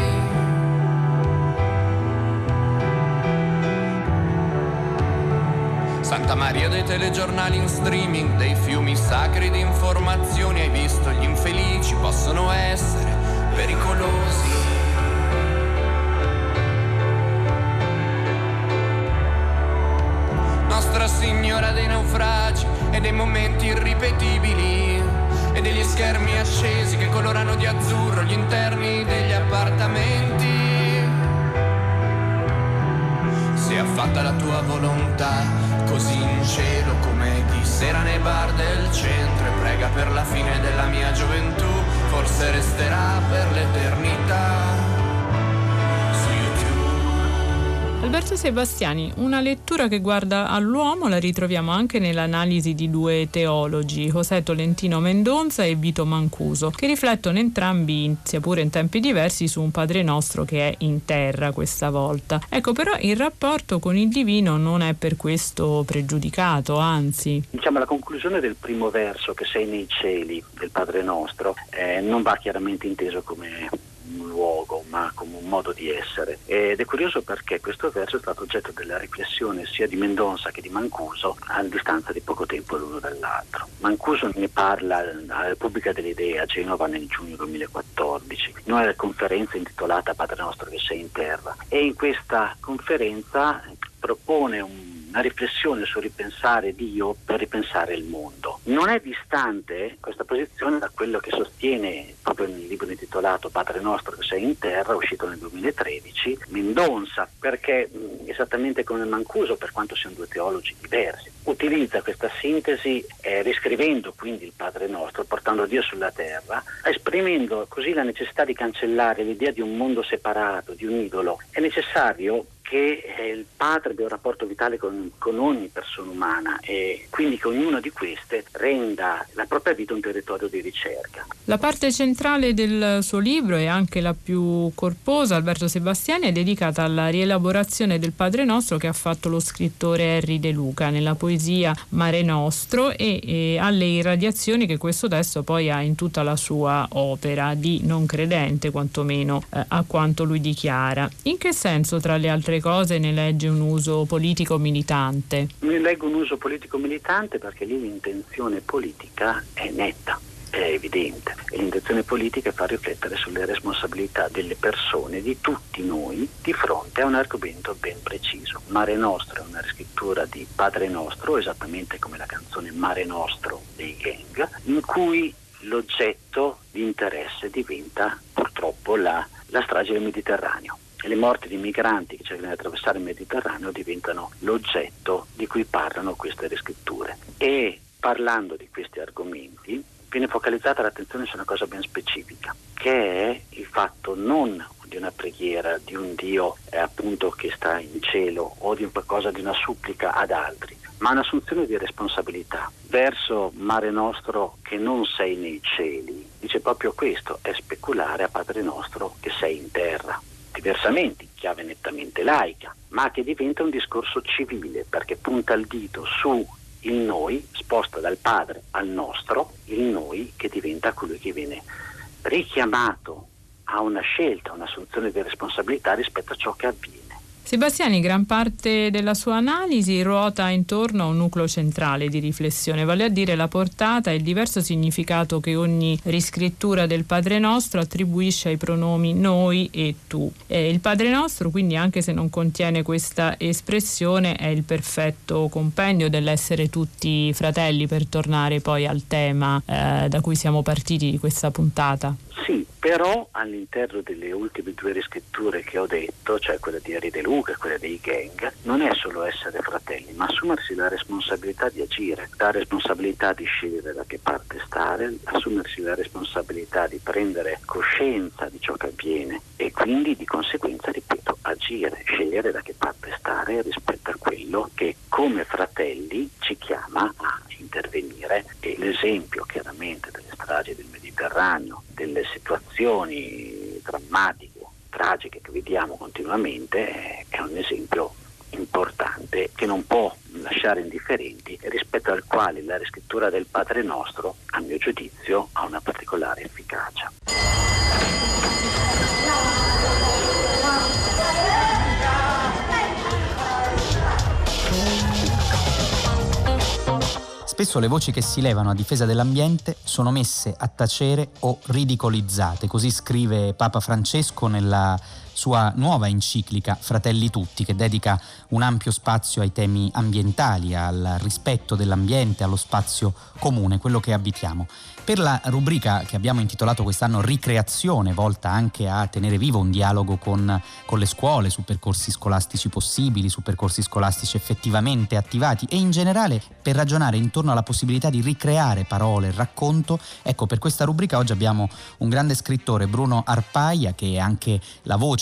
Santa Maria dei telegiornali in streaming, dei fiumi sacri di informazioni, hai visto gli infelici possono essere pericolosi. Nostra Signora dei naufragi e dei momenti irripetibili e degli schermi accesi che colorano di azzurro gli interni degli appartamenti. Sia fatta la tua volontà, così in cielo come di sera nei bar del centro, e prega per la fine della mia gioventù, forse resterà per l'eternità su YouTube. Alberto Sebastiani, una lettura che guarda all'uomo la ritroviamo anche nell'analisi di due teologi, José Tolentino Mendonza e Vito Mancuso, che riflettono entrambi, sia pure in tempi diversi, su un Padre Nostro che è in terra questa volta. Ecco, però il rapporto con il divino non è per questo pregiudicato, anzi. Diciamo, la conclusione del primo verso, che sei nei cieli, del Padre Nostro, non va chiaramente inteso come un luogo, ma come un modo di essere. Ed è curioso perché questo verso è stato oggetto della riflessione sia di Mendonça che di Mancuso a distanza di poco tempo l'uno dall'altro. Mancuso ne parla alla Repubblica delle Idee a Genova nel giugno 2014, in una conferenza intitolata Padre nostro che sei in terra, e in questa conferenza propone una riflessione sul ripensare Dio per ripensare il mondo. Non è distante questa posizione da quello che sostiene proprio nel libro intitolato Padre nostro che sei in terra, uscito nel 2013, Mendonça, perché esattamente come Mancuso, per quanto siano due teologi diversi, utilizza questa sintesi riscrivendo quindi il Padre nostro, portando Dio sulla terra, esprimendo così la necessità di cancellare l'idea di un mondo separato, di un idolo. È necessario che il padre abbia un rapporto vitale con ogni persona umana e quindi che ognuna di queste renda la propria vita un territorio di ricerca. La parte centrale del suo libro e anche la più corposa, Alberto Sebastiani, è dedicata alla rielaborazione del Padre Nostro che ha fatto lo scrittore Henry De Luca nella poesia Mare Nostro e alle irradiazioni che questo testo poi ha in tutta la sua opera di non credente, quantomeno a quanto lui dichiara. In che senso, tra le altre cose, ne legge un uso politico militante? Ne leggo un uso politico militante perché lì l'intenzione politica è netta, è evidente, e l'intenzione politica fa riflettere sulle responsabilità delle persone, di tutti noi, di fronte a un argomento ben preciso. Mare Nostro è una riscrittura di Padre Nostro, esattamente come la canzone Mare Nostro dei Gang, in cui l'oggetto di interesse diventa purtroppo la strage del Mediterraneo. E le morti di migranti che cercano di attraversare il Mediterraneo diventano l'oggetto di cui parlano queste riscritture. E parlando di questi argomenti viene focalizzata l'attenzione su una cosa ben specifica, che è il fatto non di una preghiera di un Dio appunto che sta in cielo o di qualcosa di una supplica ad altri, ma un'assunzione di responsabilità verso Mare Nostro che non sei nei cieli. Dice proprio questo, è speculare a Padre Nostro che sei in terra. Diversamente, in chiave nettamente laica, ma che diventa un discorso civile perché punta il dito su il noi, sposta dal padre al nostro, il noi che diventa colui che viene richiamato a una scelta, a un'assunzione di responsabilità rispetto a ciò che avviene. Sebastiani, gran parte della sua analisi ruota intorno a un nucleo centrale di riflessione, vale a dire la portata e il diverso significato che ogni riscrittura del Padre Nostro attribuisce ai pronomi noi e tu. Il Padre Nostro, quindi, anche se non contiene questa espressione, è il perfetto compendio dell'essere tutti fratelli, per tornare poi al tema da cui siamo partiti di questa puntata. Sì, però all'interno delle ultime due riscritture che ho detto, cioè quella di Henry De Luca e quella dei Gang, non è solo essere fratelli, ma assumersi la responsabilità di agire, la responsabilità di scegliere da che parte stare, assumersi la responsabilità di prendere coscienza di ciò che avviene e quindi di conseguenza, ripeto, agire, scegliere da che parte stare rispetto a quello che come fratelli ci chiama a intervenire. E l'esempio chiaramente delle stragi del Mediterraneo, delle situazioni drammatiche, tragiche che vediamo continuamente, è un esempio importante che non può lasciare indifferenti e rispetto al quale la riscrittura del Padre Nostro, a mio giudizio, ha una particolare efficacia. Spesso le voci che si levano a difesa dell'ambiente sono messe a tacere o ridicolizzate, così scrive Papa Francesco nella sua nuova enciclica Fratelli Tutti, che dedica un ampio spazio ai temi ambientali, al rispetto dell'ambiente, allo spazio comune, quello che abitiamo. Per la rubrica che abbiamo intitolato quest'anno Ricreazione, volta anche a tenere vivo un dialogo con le scuole su percorsi scolastici possibili, su percorsi scolastici effettivamente attivati e in generale per ragionare intorno alla possibilità di ricreare parole, racconto, ecco, per questa rubrica oggi abbiamo un grande scrittore, Bruno Arpaia, che è anche la voce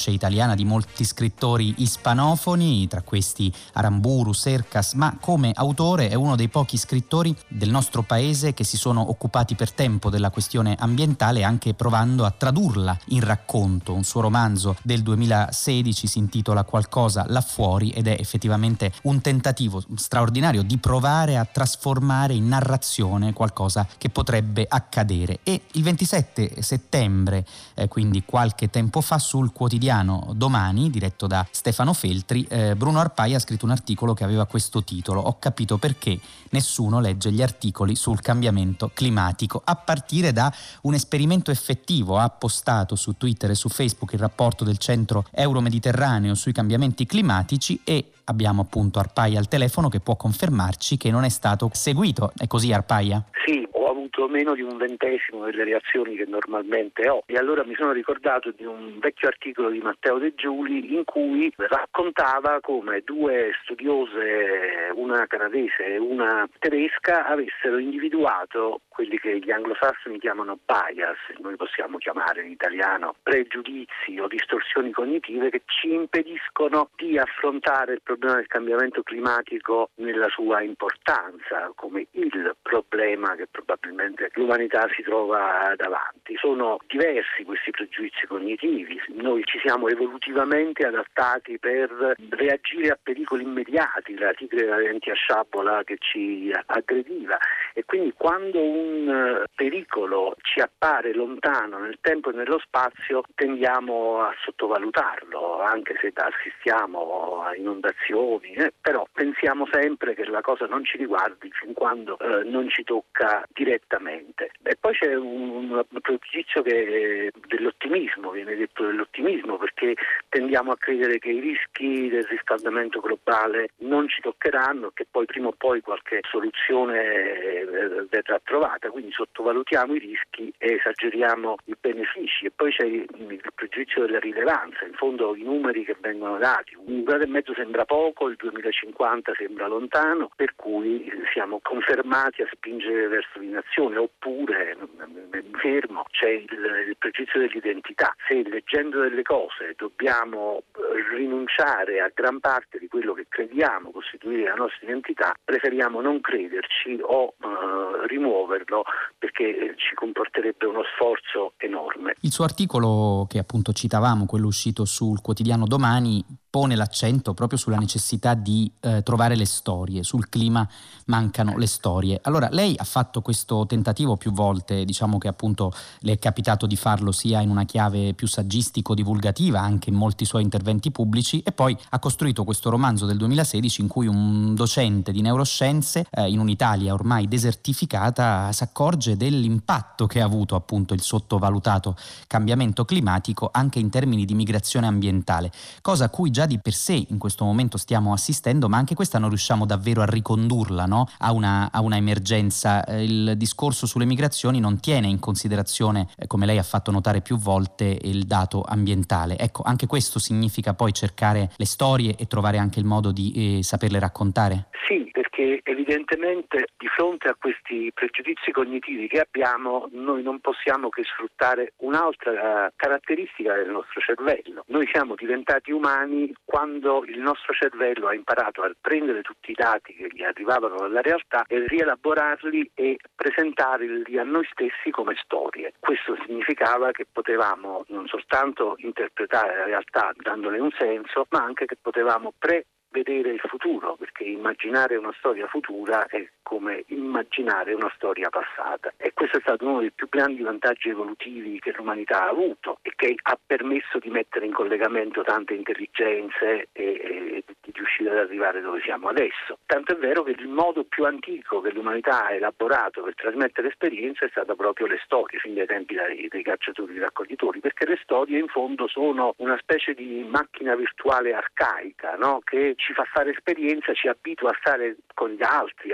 voce italiana di molti scrittori ispanofoni, tra questi Aramburu, Cercas, ma come autore è uno dei pochi scrittori del nostro paese che si sono occupati per tempo della questione ambientale, anche provando a tradurla in racconto. Un suo romanzo del 2016 si intitola Qualcosa là fuori ed è effettivamente un tentativo straordinario di provare a trasformare in narrazione qualcosa che potrebbe accadere. E il 27 settembre, quindi qualche tempo fa, sul quotidiano Domani, diretto da Stefano Feltri, Bruno Arpaia ha scritto un articolo che aveva questo titolo: Ho capito perché nessuno legge gli articoli sul cambiamento climatico, a partire da un esperimento effettivo. Ha postato su Twitter e su Facebook il rapporto del Centro Euromediterraneo sui cambiamenti climatici e abbiamo appunto Arpaia al telefono che può confermarci che non è stato seguito. È così, Arpaia? Sì, ho avuto meno di un 20° delle reazioni che normalmente ho, e allora mi sono ricordato di un vecchio articolo di Matteo De Giuli in cui raccontava come due studiose, una canadese e una tedesca, avessero individuato quelli che gli anglosassoni chiamano bias, noi possiamo chiamare in italiano pregiudizi o distorsioni cognitive, che ci impediscono di affrontare il problema del cambiamento climatico nella sua importanza, come il problema che probabilmente l'umanità si trova davanti. Sono diversi questi pregiudizi cognitivi. Noi ci siamo evolutivamente adattati per reagire a pericoli immediati, la tigre della denti a sciabola che ci aggrediva, e quindi quando un pericolo ci appare lontano nel tempo e nello spazio tendiamo a sottovalutarlo, anche se assistiamo a inondazioni, però pensiamo sempre che la cosa non ci riguardi fin quando non ci tocca direttamente. E poi c'è un pregiudizio che dell'ottimismo, viene detto dell'ottimismo, perché tendiamo a credere che i rischi del riscaldamento globale non ci toccheranno, che poi prima o poi qualche soluzione verrà trovata, quindi sottovalutiamo i rischi e esageriamo i benefici. E poi c'è il pregiudizio della rilevanza. In fondo i numeri che vengono dati, 1,5 gradi sembra poco, il 2050 sembra lontano, per cui siamo confermati a spingere verso l'inazione. Oppure, mi fermo, c'è il pregiudizio dell'identità. Se leggendo delle cose dobbiamo rinunciare a gran parte di quello che crediamo costituire la nostra identità, preferiamo non crederci o rimuoverlo, perché ci comporterebbe uno sforzo enorme. Il suo articolo, che appunto citavamo, quello uscito sul quotidiano Domani, pone l'accento proprio sulla necessità di trovare le storie. Sul clima mancano le storie. Allora, lei ha fatto questo tentativo più volte, diciamo che appunto le è capitato di farlo sia in una chiave più saggistico-divulgativa, anche in molti suoi interventi pubblici, e poi ha costruito questo romanzo del 2016 in cui un docente di neuroscienze in un'Italia ormai desertificata si accorge dell'impatto che ha avuto appunto il sottovalutato cambiamento climatico anche in termini di migrazione ambientale, cosa a cui già di per sé in questo momento stiamo assistendo, ma anche questa non riusciamo davvero a ricondurla, no? a una emergenza. Il discorso sulle migrazioni non tiene in considerazione, come lei ha fatto notare più volte, il dato ambientale. Ecco, anche questo significa poi cercare le storie e trovare anche il modo di saperle raccontare? Sì, perché evidentemente di fronte a questi pregiudizi cognitivi che abbiamo, noi non possiamo che sfruttare un'altra caratteristica del nostro cervello. Noi siamo diventati umani quando il nostro cervello ha imparato a prendere tutti i dati che gli arrivavano dalla realtà e rielaborarli e presentarli a noi stessi come storie. Questo significava che potevamo non soltanto interpretare la realtà dandole un senso, ma anche che potevamo vedere il futuro, perché immaginare una storia futura è come immaginare una storia passata, e questo è stato uno dei più grandi vantaggi evolutivi che l'umanità ha avuto e che ha permesso di mettere in collegamento tante intelligenze e di riuscire ad arrivare dove siamo adesso. Tanto è vero che il modo più antico che l'umanità ha elaborato per trasmettere esperienze è stato proprio le storie, fin dai tempi dei cacciatori e raccoglitori, perché le storie in fondo sono una specie di macchina virtuale arcaica, no? Che ci fa fare esperienza, ci abitua a stare con gli altri, a vivere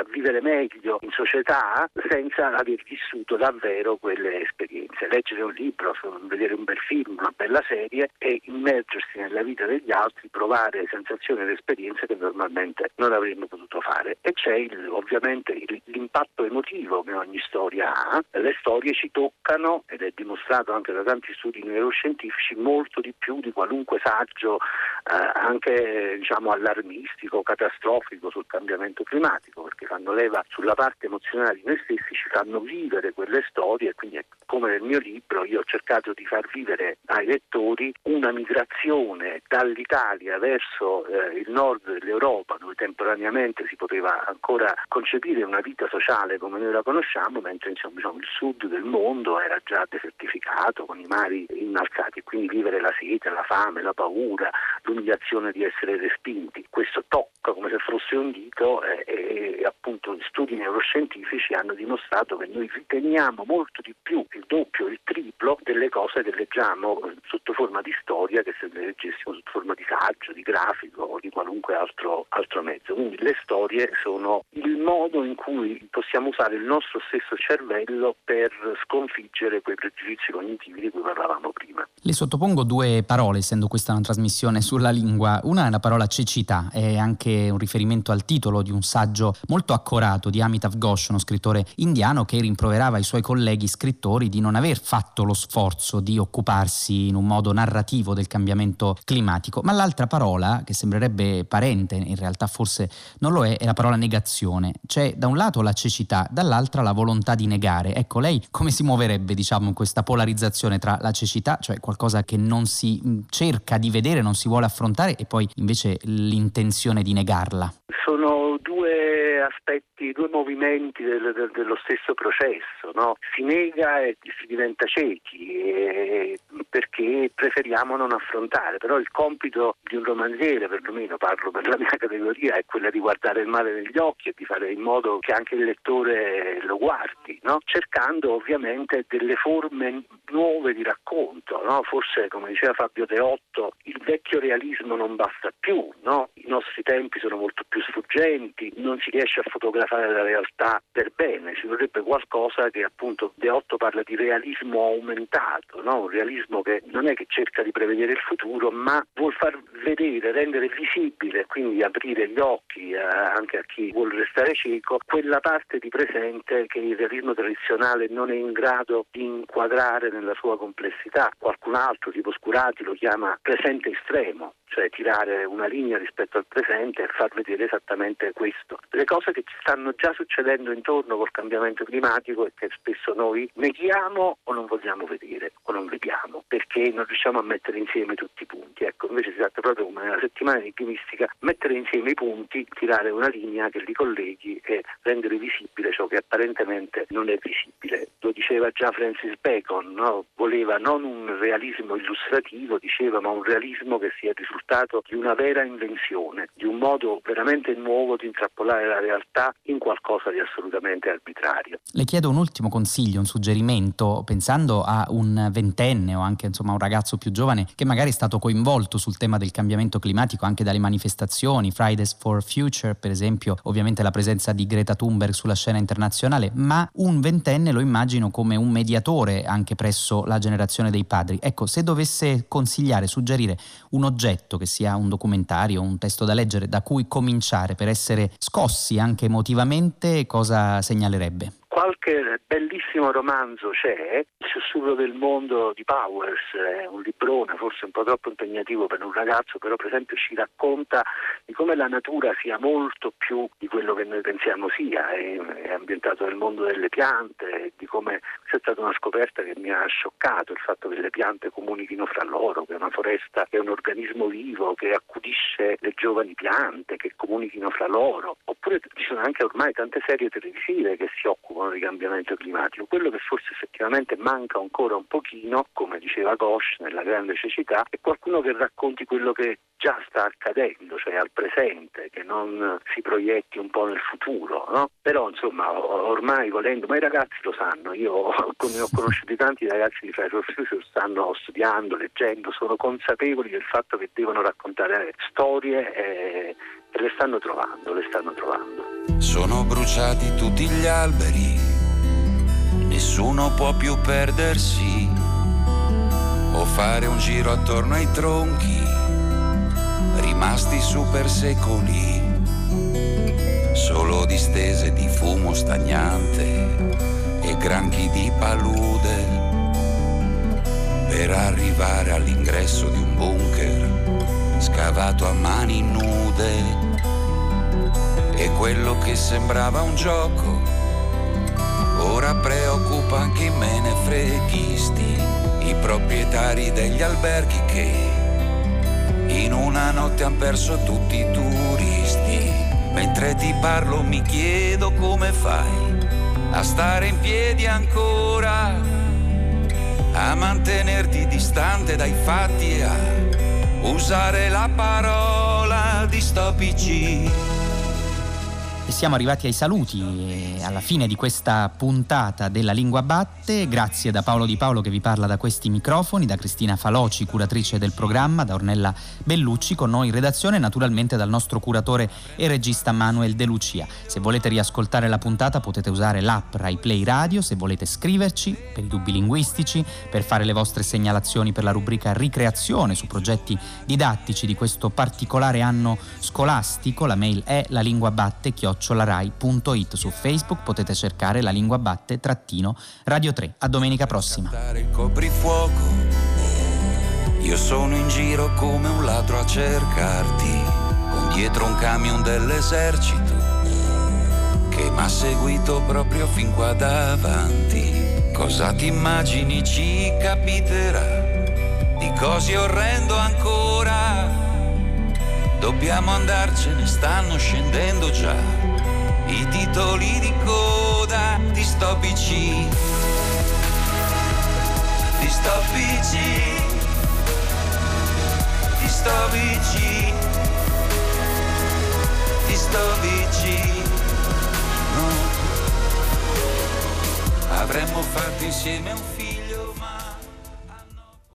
meglio in società senza aver vissuto davvero quelle esperienze. Leggere un libro, vedere un bel film, una bella serie e immergersi nella vita degli altri, provare sensazioni ed esperienze che normalmente non avremmo potuto fare. E c'è ovviamente l'impatto emotivo che ogni storia ha. Le storie ci toccano, ed è dimostrato anche da tanti studi neuroscientifici, molto di più di qualunque saggio anche allarmistico, catastrofico sul cambiamento climatico, perché fanno leva sulla parte emozionale di noi stessi, ci fanno vivere quelle storie. E quindi, come nel mio libro, io ho cercato di far vivere ai lettori una migrazione dall'Italia verso il nord dell'Europa, dove temporaneamente si poteva ancora concepire una vita sociale come noi la conosciamo, mentre il sud del mondo era già desertificato, con i mari innalzati, e quindi vivere la sete, la fame, la paura, l'umiliazione di essere respinti. Questo tocca come se fosse un dito, e appunto studi neuroscientifici hanno dimostrato che noi riteniamo molto di più, il doppio, il triplo delle cose che leggiamo sotto forma di storia che se le leggessimo sotto forma di saggio, di grafico o di qualunque altro mezzo. Quindi le storie sono il modo in cui possiamo usare il nostro stesso cervello per sconfiggere quei pregiudizi cognitivi di cui parlavamo prima. Le sottopongo due parole, essendo questa una trasmissione sulla lingua. Una è la parola cecità, è anche un riferimento al titolo di un saggio molto accorato di Amitav Ghosh, uno scrittore indiano che rimproverava i suoi colleghi scrittori di non aver fatto lo sforzo di occuparsi in un modo narrativo del cambiamento climatico. Ma l'altra parola, che sembrerebbe parente, in realtà forse non lo è la parola negazione. C'è da un lato la cecità, dall'altra la volontà di negare. Ecco, lei come si muoverebbe, in questa polarizzazione tra la cecità, cioè qualcosa che non si cerca di vedere, non si vuole affrontare, e poi invece l'intenzione di negarla? Sono due aspetti, due movimenti dello stesso processo, no? Si nega e si diventa ciechi, perché preferiamo non affrontare. Però il compito di un romanziere, perlomeno parlo per la mia categoria, è quella di guardare il male negli occhi e di fare in modo che anche il lettore lo guardi, no? Cercando ovviamente delle forme nuove di racconto, no? Forse, come diceva Fabio Deotto, il vecchio realismo non basta più, no? I nostri tempi sono molto più sfuggenti, non si riesce a fotografare la realtà per bene, ci vorrebbe qualcosa che, appunto, Deotto parla di realismo aumentato, no? Un realismo che non è che cerca di prevedere il futuro, ma vuol far vedere, rendere visibile, quindi aprire gli occhi anche a chi vuol restare cieco, quella parte di presente che il realismo tradizionale non è in grado di inquadrare nella sua complessità. Qualcun altro, tipo Scurati, lo chiama presente estremo, cioè tirare una linea rispetto al presente e far vedere esattamente questo. Le cose che ci stanno già succedendo intorno col cambiamento climatico e che spesso noi neghiamo o non vogliamo vedere o non vediamo perché non riusciamo a mettere insieme tutti i punti. Ecco, invece si tratta proprio, come nella settimana enigmistica, mettere insieme i punti, tirare una linea che li colleghi e rendere visibile ciò che apparentemente non è visibile. Lo diceva già Francis Bacon, no? Voleva non un realismo illustrativo, diceva, ma un realismo che sia il risultato di una vera invenzione, di un modo veramente nuovo di intrappolare la realtà in qualcosa di assolutamente arbitrario. Le chiedo un ultimo consiglio, un suggerimento, pensando a un ventenne o anche un ragazzo più giovane che magari è stato coinvolto sul tema del cambiamento climatico anche dalle manifestazioni, Fridays for Future per esempio, ovviamente la presenza di Greta Thunberg sulla scena internazionale, ma un ventenne lo immagino come un mediatore anche presso la generazione dei padri. Ecco, se dovesse consigliare, suggerire un oggetto, che sia un documentario, un testo da leggere, da cui cominciare per essere scossi anche emotivamente, cosa segnalerebbe? Qualche bellissimo romanzo c'è, Il sussurro del mondo di Powers, è un librone forse un po' troppo impegnativo per un ragazzo, però per esempio ci racconta di come la natura sia molto più di quello che noi pensiamo sia, è ambientato nel mondo delle piante, di come c'è stata una scoperta che mi ha scioccato, il fatto che le piante comunichino fra loro, che una foresta è un organismo vivo che accudisce le giovani piante, che comunichino fra loro. Oppure ci sono anche ormai tante serie televisive che si occupano di cambiamento climatico. Quello che forse effettivamente manca ancora un pochino, come diceva Ghosh nella grande cecità, è qualcuno che racconti quello che già sta accadendo, cioè al presente, che non si proietti un po' nel futuro, no? Però insomma ormai volendo, ma i ragazzi lo sanno, io ho conosciuto tanti ragazzi di Fridays for Future, stanno studiando, leggendo, sono consapevoli del fatto che devono raccontare storie e le stanno trovando. Sono bruciati tutti gli alberi, nessuno può più perdersi o fare un giro attorno ai tronchi rimasti su per secoli, solo distese di fumo stagnante e granchi di palude per arrivare all'ingresso di un bunker scavato a mani nude. E quello che sembrava un gioco ora preoccupa anche i menefreghisti, i proprietari degli alberghi che in una notte han perso tutti i turisti. Mentre ti parlo mi chiedo come fai a stare in piedi ancora, a mantenerti distante dai fatti e a usare la parola distopici. E siamo arrivati ai saluti e alla fine di questa puntata della Lingua Batte. Grazie da Paolo Di Paolo che vi parla da questi microfoni, da Cristina Faloci, curatrice del programma, da Ornella Bellucci con noi in redazione e naturalmente dal nostro curatore e regista Manuel De Lucia. Se volete riascoltare la puntata potete usare l'app Rai Play Radio, se volete scriverci per i dubbi linguistici, per fare le vostre segnalazioni per la rubrica Ricreazione su progetti didattici di questo particolare anno scolastico, la mail è lalinguabatte@rai.it. Su Facebook potete cercare La Lingua Batte -Radio 3. A domenica prossima. Il coprifuoco, io sono in giro come un ladro a cercarti, con dietro un camion dell'esercito che m'ha seguito proprio fin qua davanti. Cosa ti immagini ci capiterà? Di cose orrendo ancora. Dobbiamo andarcene, stanno scendendo già i titoli di coda distopici. Distopici. Distopici. Distopici. No. Avremmo fatto insieme un film